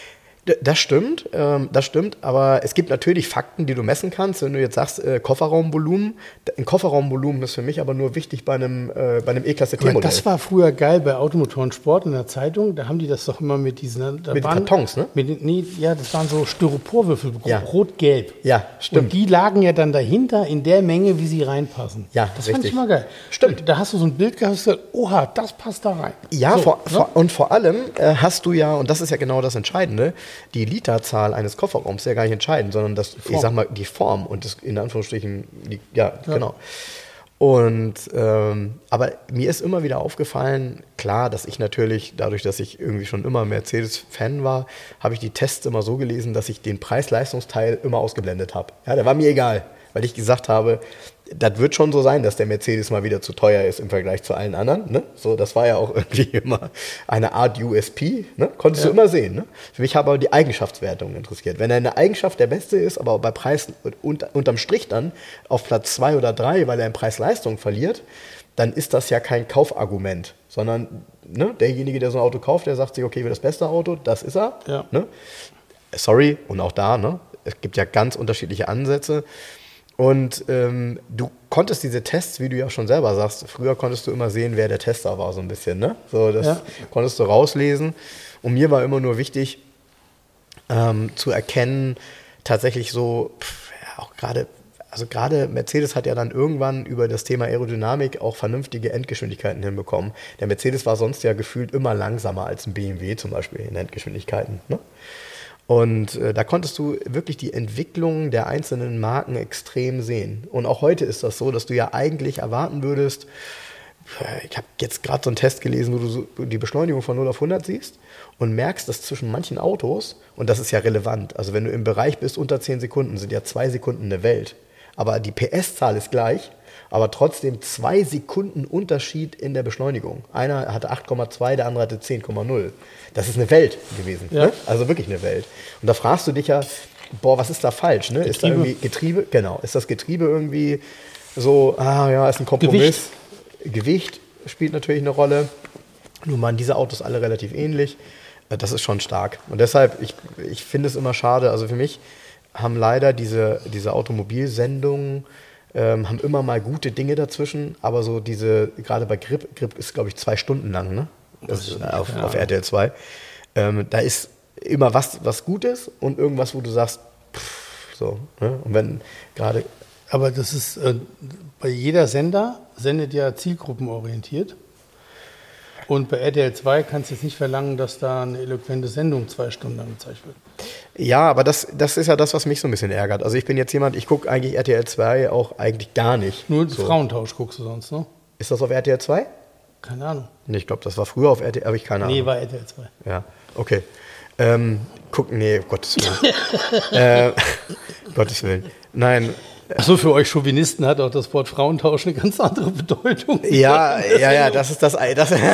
Das stimmt, aber es gibt natürlich Fakten, die du messen kannst. Wenn du jetzt sagst, Kofferraumvolumen, ein Kofferraumvolumen ist für mich aber nur wichtig bei einem E-Klasse T-Modell. Das war früher geil bei Automotoren Sport in der Zeitung, da haben die das doch immer mit diesen... Mit Kartons, ne? Das waren so Styroporwürfel, rot-gelb. Ja, stimmt. Und die lagen ja dann dahinter in der Menge, wie sie reinpassen. Ja, das richtig. fand ich mal geil. Stimmt. Da hast du so ein Bild gehabt und gesagt, oha, das passt da rein. Ja, und vor allem hast du ja, und das ist ja genau das Entscheidende, die Literzahl eines Kofferraums ist ja gar nicht entscheidend, sondern ich sag mal, die Form und das in Anführungsstrichen, genau. Und aber mir ist immer wieder aufgefallen, klar, dass ich natürlich, dadurch, dass ich irgendwie schon immer Mercedes-Fan war, habe ich die Tests immer so gelesen, dass ich den Preis-Leistungsteil immer ausgeblendet habe. Ja, der war mir egal, weil ich gesagt habe, das wird schon so sein, dass der Mercedes mal wieder zu teuer ist im Vergleich zu allen anderen. Ne? So, das war ja auch irgendwie immer eine Art USP. Ne? Konntest du immer sehen. Ne? Für mich habe aber die Eigenschaftswertung interessiert. Wenn eine Eigenschaft der beste ist, aber bei Preis unterm Strich dann auf Platz 2 oder 3, weil er in Preis-Leistung verliert, dann ist das ja kein Kaufargument, sondern derjenige, der so ein Auto kauft, der sagt sich, okay, ich will das beste Auto, das ist er. Ja. Ne? Sorry, und auch da, es gibt ja ganz unterschiedliche Ansätze. Und du konntest diese Tests, wie du ja schon selber sagst, früher konntest du immer sehen, wer der Tester war, so ein bisschen. Ne? So, das konntest du rauslesen. Und mir war immer nur wichtig, zu erkennen, tatsächlich so, auch gerade Mercedes hat ja dann irgendwann über das Thema Aerodynamik auch vernünftige Endgeschwindigkeiten hinbekommen. Der Mercedes war sonst ja gefühlt immer langsamer als ein BMW zum Beispiel in Endgeschwindigkeiten. Ne? Und da konntest du wirklich die Entwicklung der einzelnen Marken extrem sehen. Und auch heute ist das so, dass du ja eigentlich erwarten würdest, ich habe jetzt gerade so einen Test gelesen, wo du so die Beschleunigung von 0 auf 100 siehst und merkst, dass zwischen manchen Autos, und das ist ja relevant, also wenn du im Bereich bist unter 10 Sekunden, sind ja 2 Sekunden eine Welt. Aber die PS-Zahl ist gleich, aber trotzdem 2 Sekunden Unterschied in der Beschleunigung. Einer hatte 8,2, der andere hatte 10,0. Das ist eine Welt gewesen, ne? Also wirklich eine Welt. Und da fragst du dich ja, was ist da falsch? Ne? Ist da irgendwie Getriebe? Genau, ist das Getriebe irgendwie so, ist ein Kompromiss. Gewicht spielt natürlich eine Rolle. Nun waren diese Autos alle relativ ähnlich. Das ist schon stark. Und deshalb, ich finde es immer schade, also für mich haben leider diese Automobilsendungen haben immer mal gute Dinge dazwischen, aber so gerade bei Grip ist, glaube ich, 2 Stunden lang, ne? Auf RTL 2. Da ist immer was Gutes und irgendwas, wo du sagst, so, ne? Und wenn gerade... Aber das ist, bei jeder Sender sendet ja zielgruppenorientiert. Und bei RTL 2 kannst du jetzt nicht verlangen, dass da eine eloquente Sendung 2 Stunden lang gezeigt wird. Ja, aber das ist ja das, was mich so ein bisschen ärgert. Also ich bin jetzt jemand, ich gucke eigentlich RTL 2 auch eigentlich gar nicht. Nur so. Frauentausch guckst du sonst, ne? Ist das auf RTL 2? Keine Ahnung. Nee, ich glaube, das war früher auf RTL, aber ich keine Ahnung. Nee, war RTL 2. Ja, okay. Gottes Willen. Gottes Willen. Nein. Achso, für euch Chauvinisten hat auch das Wort Frauentausch eine ganz andere Bedeutung. Ja, das ist das.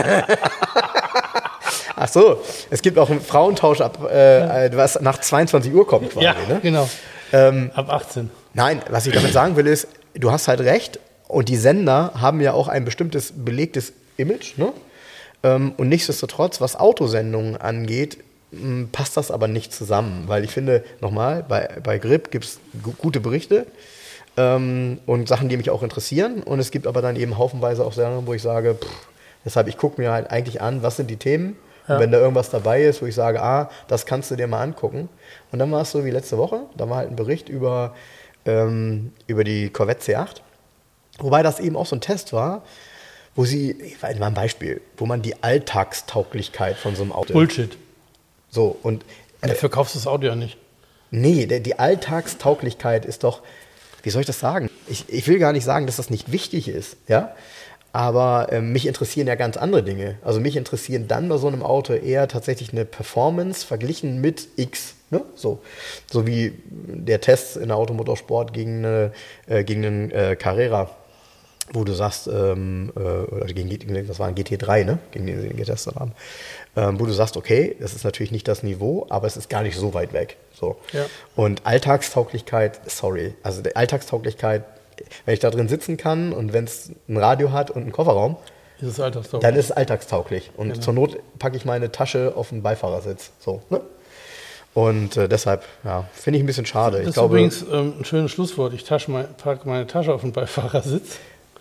Ach so, es gibt auch einen Frauentausch, was nach 22 Uhr kommt quasi. Ja, ne? Genau. Ab 18. Nein, was ich damit sagen will ist, du hast halt recht und die Sender haben ja auch ein bestimmtes belegtes Image. Ne? Und nichtsdestotrotz, was Autosendungen angeht, passt das aber nicht zusammen. Weil ich finde, nochmal, bei Grip gibt es gute Berichte und Sachen, die mich auch interessieren. Und es gibt aber dann eben haufenweise auch Sendungen, wo ich sage, deshalb, ich gucke mir halt eigentlich an, was sind die Themen. Ja. Und wenn da irgendwas dabei ist, wo ich sage, das kannst du dir mal angucken. Und dann war es so wie letzte Woche, da war halt ein Bericht über die Corvette C8. Wobei das eben auch so ein Test war, wo mal ein Beispiel, wo man die Alltagstauglichkeit von so einem Auto... Bullshit. So, und... Dafür kaufst du das Auto ja nicht. Nee, die Alltagstauglichkeit ist doch... Wie soll ich das sagen? Ich will gar nicht sagen, dass das nicht wichtig ist, ja? Aber mich interessieren ja ganz andere Dinge. Also mich interessieren dann bei so einem Auto eher tatsächlich eine Performance verglichen mit X. Ne? So wie der Test in der Automotorsport gegen einen Carrera, wo du sagst, oder das war ein GT3, ne? Gegen den sie getestet haben. Wo du sagst, okay, das ist natürlich nicht das Niveau, aber es ist gar nicht so weit weg. So. Ja. Und Alltagstauglichkeit, also die Alltagstauglichkeit, wenn ich da drin sitzen kann und wenn es ein Radio hat und einen Kofferraum, dann ist es alltagstauglich. Und zur Not packe ich meine Tasche auf den Beifahrersitz. So, ne? Und deshalb, finde ich ein bisschen schade. Das ist übrigens ein schönes Schlusswort. Ich packe meine Tasche auf den Beifahrersitz.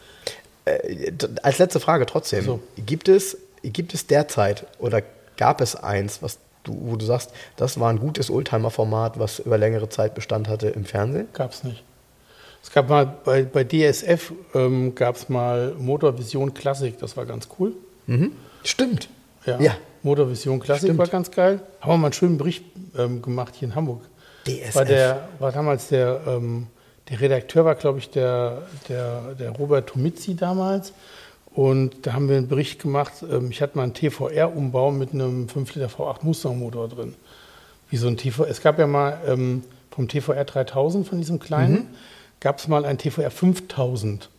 Als letzte Frage trotzdem. So. Gibt es derzeit oder gab es eins, wo du sagst, das war ein gutes Oldtimer-Format, was über längere Zeit Bestand hatte im Fernsehen? Gab es nicht. Es gab mal bei DSF gab es mal Motorvision Classic, das war ganz cool. Mhm. Stimmt. Ja. Motorvision Classic war ganz geil. Haben wir mal einen schönen Bericht gemacht hier in Hamburg. DSF. War damals der Redakteur, war glaube ich der Robert Tomizzi damals. Und da haben wir einen Bericht gemacht. Ich hatte mal einen TVR-Umbau mit einem 5 Liter V8 Mustang-Motor drin. Wie so ein es gab ja mal vom TVR 3000, von diesem kleinen, gab es mal ein TVR 5000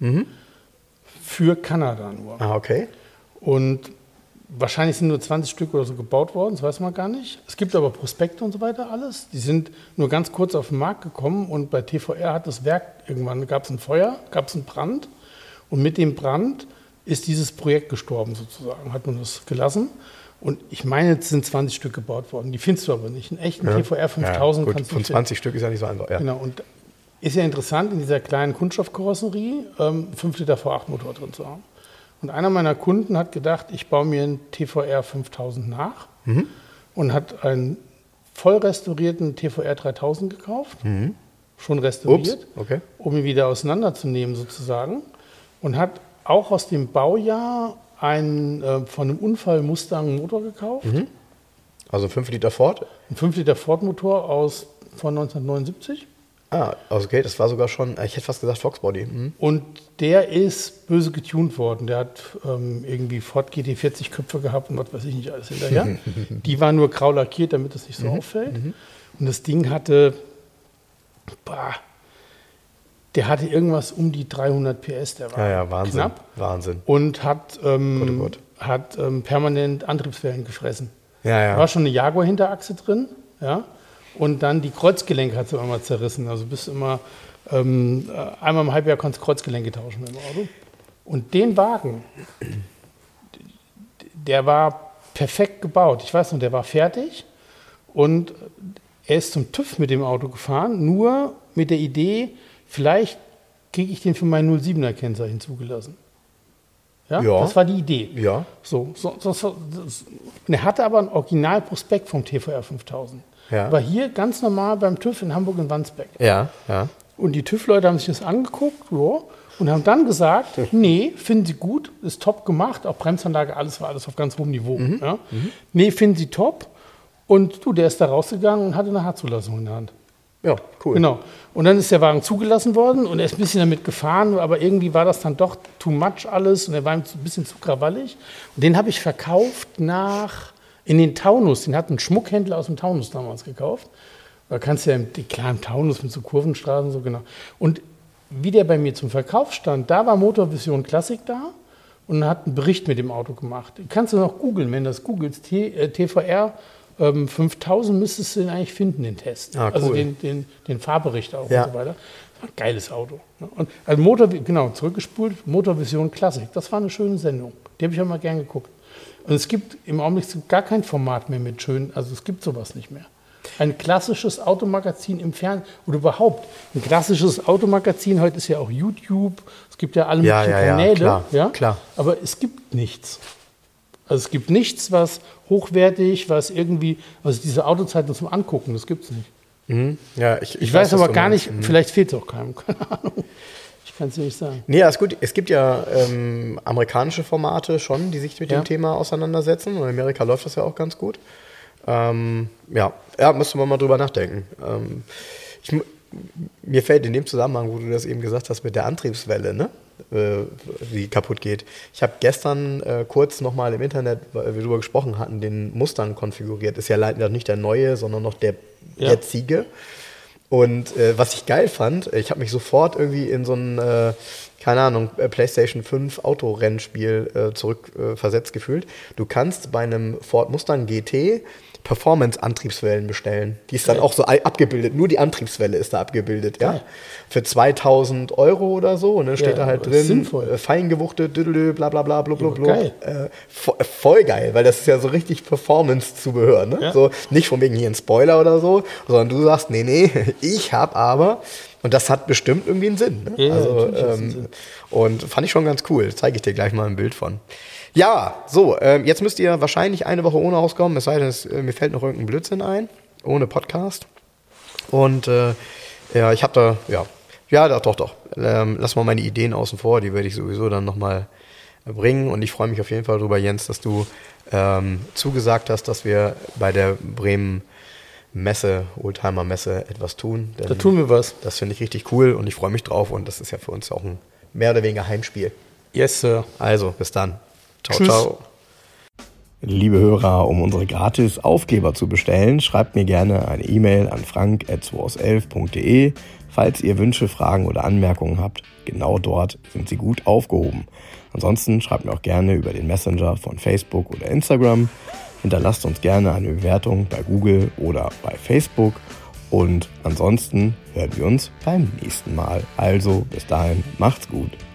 für Kanada nur. Ah, okay. Und wahrscheinlich sind nur 20 Stück oder so gebaut worden, das weiß man gar nicht. Es gibt aber Prospekte und so weiter alles. Die sind nur ganz kurz auf den Markt gekommen und bei TVR hat das Werk irgendwann, gab es ein Feuer, gab es einen Brand und mit dem Brand ist dieses Projekt gestorben sozusagen, hat man das gelassen. Und ich meine, jetzt sind 20 Stück gebaut worden. Die findest du aber nicht. Einen echten TVR 5000 gut, kannst du von 20 Stück ist ja nicht so einfach. Ja. Genau, und ist ja interessant, in dieser kleinen Kunststoffkarosserie 5 Liter V8-Motor drin zu haben. Und einer meiner Kunden hat gedacht, ich baue mir einen TVR 5000 nach und hat einen voll restaurierten TVR 3000 gekauft, schon restauriert, um ihn wieder auseinanderzunehmen sozusagen. Und hat auch aus dem Baujahr einen von einem Unfall Mustang Motor gekauft. Also 5 Liter Ford? Ein 5 Liter Ford Motor von 1979. Ah, okay, das war sogar schon, ich hätte fast gesagt Foxbody. Und der ist böse getuned worden. Der hat irgendwie Ford GT40 Köpfe gehabt und was weiß ich nicht alles hinterher. Die waren nur grau lackiert, damit es nicht so auffällt. Und das Ding hatte, der hatte irgendwas um die 300 PS, der war Wahnsinn, knapp. Wahnsinn. Und hat permanent Antriebswellen gefressen. Ja. Da war schon eine Jaguar-Hinterachse drin, ja. Und dann die Kreuzgelenke hat sie immer zerrissen. Also bist immer einmal im Halbjahr konntest du Kreuzgelenke tauschen mit dem Auto. Und den Wagen, der war perfekt gebaut. Ich weiß noch, der war fertig und er ist zum TÜV mit dem Auto gefahren, nur mit der Idee, vielleicht kriege ich den für mein 07er Kennzeichen zugelassen. Ja, das war die Idee. Ja. Und er hatte aber ein Originalprospekt vom TVR 5000. Ja. War hier ganz normal beim TÜV in Hamburg in Wandsbek. Ja. Und die TÜV-Leute haben sich das angeguckt und haben dann gesagt, nee, finden sie gut, ist top gemacht, auch Bremsanlage, war alles auf ganz hohem Niveau. Ja. Nee, finden sie top. Und der ist da rausgegangen und hatte eine H-Zulassung in der Hand. Ja, cool. Genau. Und dann ist der Wagen zugelassen worden und er ist ein bisschen damit gefahren, aber irgendwie war das dann doch too much alles und er war ein bisschen zu krawallig. Und den habe ich verkauft in den Taunus. Den hat ein Schmuckhändler aus dem Taunus damals gekauft. Da kannst du ja im Taunus mit so Kurvenstraßen so genau. Und wie der bei mir zum Verkauf stand, da war Motorvision Classic da und hat einen Bericht mit dem Auto gemacht. Kannst du noch googeln, wenn du das googelst, TVR 5000 müsstest du den eigentlich finden, den Test. Ah, cool. Also den Fahrbericht auch und so weiter. Das war ein geiles Auto. Und also zurückgespult, Motorvision Classic. Das war eine schöne Sendung. Die habe ich auch mal gern geguckt. Und es gibt im Augenblick gar kein Format mehr mit schönen, also es gibt sowas nicht mehr. Ein klassisches Automagazin im Fernsehen oder überhaupt ein klassisches Automagazin, heute ist ja auch YouTube, es gibt ja alle möglichen Kanäle. Klar. Aber es gibt nichts. Also es gibt nichts, was hochwertig, was irgendwie, also diese Autozeitung zum Angucken, das gibt es nicht. Ja, ich weiß aber gar nicht, vielleicht fehlt es auch keinem, keine Ahnung. Ich kann es dir nicht sagen. Nee, ist gut. Es gibt ja amerikanische Formate schon, die sich mit dem Thema auseinandersetzen. Und in Amerika läuft das ja auch ganz gut. Müsste man mal drüber nachdenken. Mir fällt in dem Zusammenhang, wo du das eben gesagt hast, mit der Antriebswelle, ne? Wie kaputt geht. Ich habe gestern kurz nochmal im Internet, weil wir darüber gesprochen hatten, den Mustang konfiguriert. Ist ja leider nicht der neue, sondern noch der jetzige. Und was ich geil fand, ich habe mich sofort irgendwie in so ein, PlayStation 5 Autorennspiel zurückversetzt gefühlt. Du kannst bei einem Ford Mustang GT Performance-Antriebswellen bestellen. Die ist dann auch so abgebildet. Nur die Antriebswelle ist da abgebildet. Ja? Für 2.000 € oder so. Und dann steht da halt drin, feingewuchtet, bla bla bla, blub. Geil. Voll geil, weil das ist ja so richtig Performance-Zubehör. Ne? Ja. So, nicht von wegen hier ein Spoiler oder so, sondern du sagst, nee, ich habe aber... Und das hat bestimmt irgendwie einen Sinn. Ne? Ja, also, und fand ich schon ganz cool. Zeige ich dir gleich mal ein Bild von. Ja, so, jetzt müsst ihr wahrscheinlich eine Woche ohne auskommen, es sei denn, mir fällt noch irgendein Blödsinn ein, ohne Podcast. Und ja, ich habe da, doch. Lass mal meine Ideen außen vor, die werde ich sowieso dann nochmal bringen. Und ich freue mich auf jeden Fall darüber, Jens, dass du zugesagt hast, dass wir bei der Bremen Messe, Oldtimer Messe etwas tun. Da tun wir was. Das finde ich richtig cool und ich freue mich drauf und das ist ja für uns auch ein mehr oder weniger Heimspiel. Yes, Sir. Also, bis dann. Ciao, Tschüss. ciao. Liebe Hörer, um unsere gratis Aufkleber zu bestellen, schreibt mir gerne eine E-Mail an frank@2aus11.de. Falls ihr Wünsche, Fragen oder Anmerkungen habt, genau dort sind sie gut aufgehoben. Ansonsten schreibt mir auch gerne über den Messenger von Facebook oder Instagram. Hinterlasst uns gerne eine Bewertung bei Google oder bei Facebook. Und ansonsten hören wir uns beim nächsten Mal. Also bis dahin, macht's gut.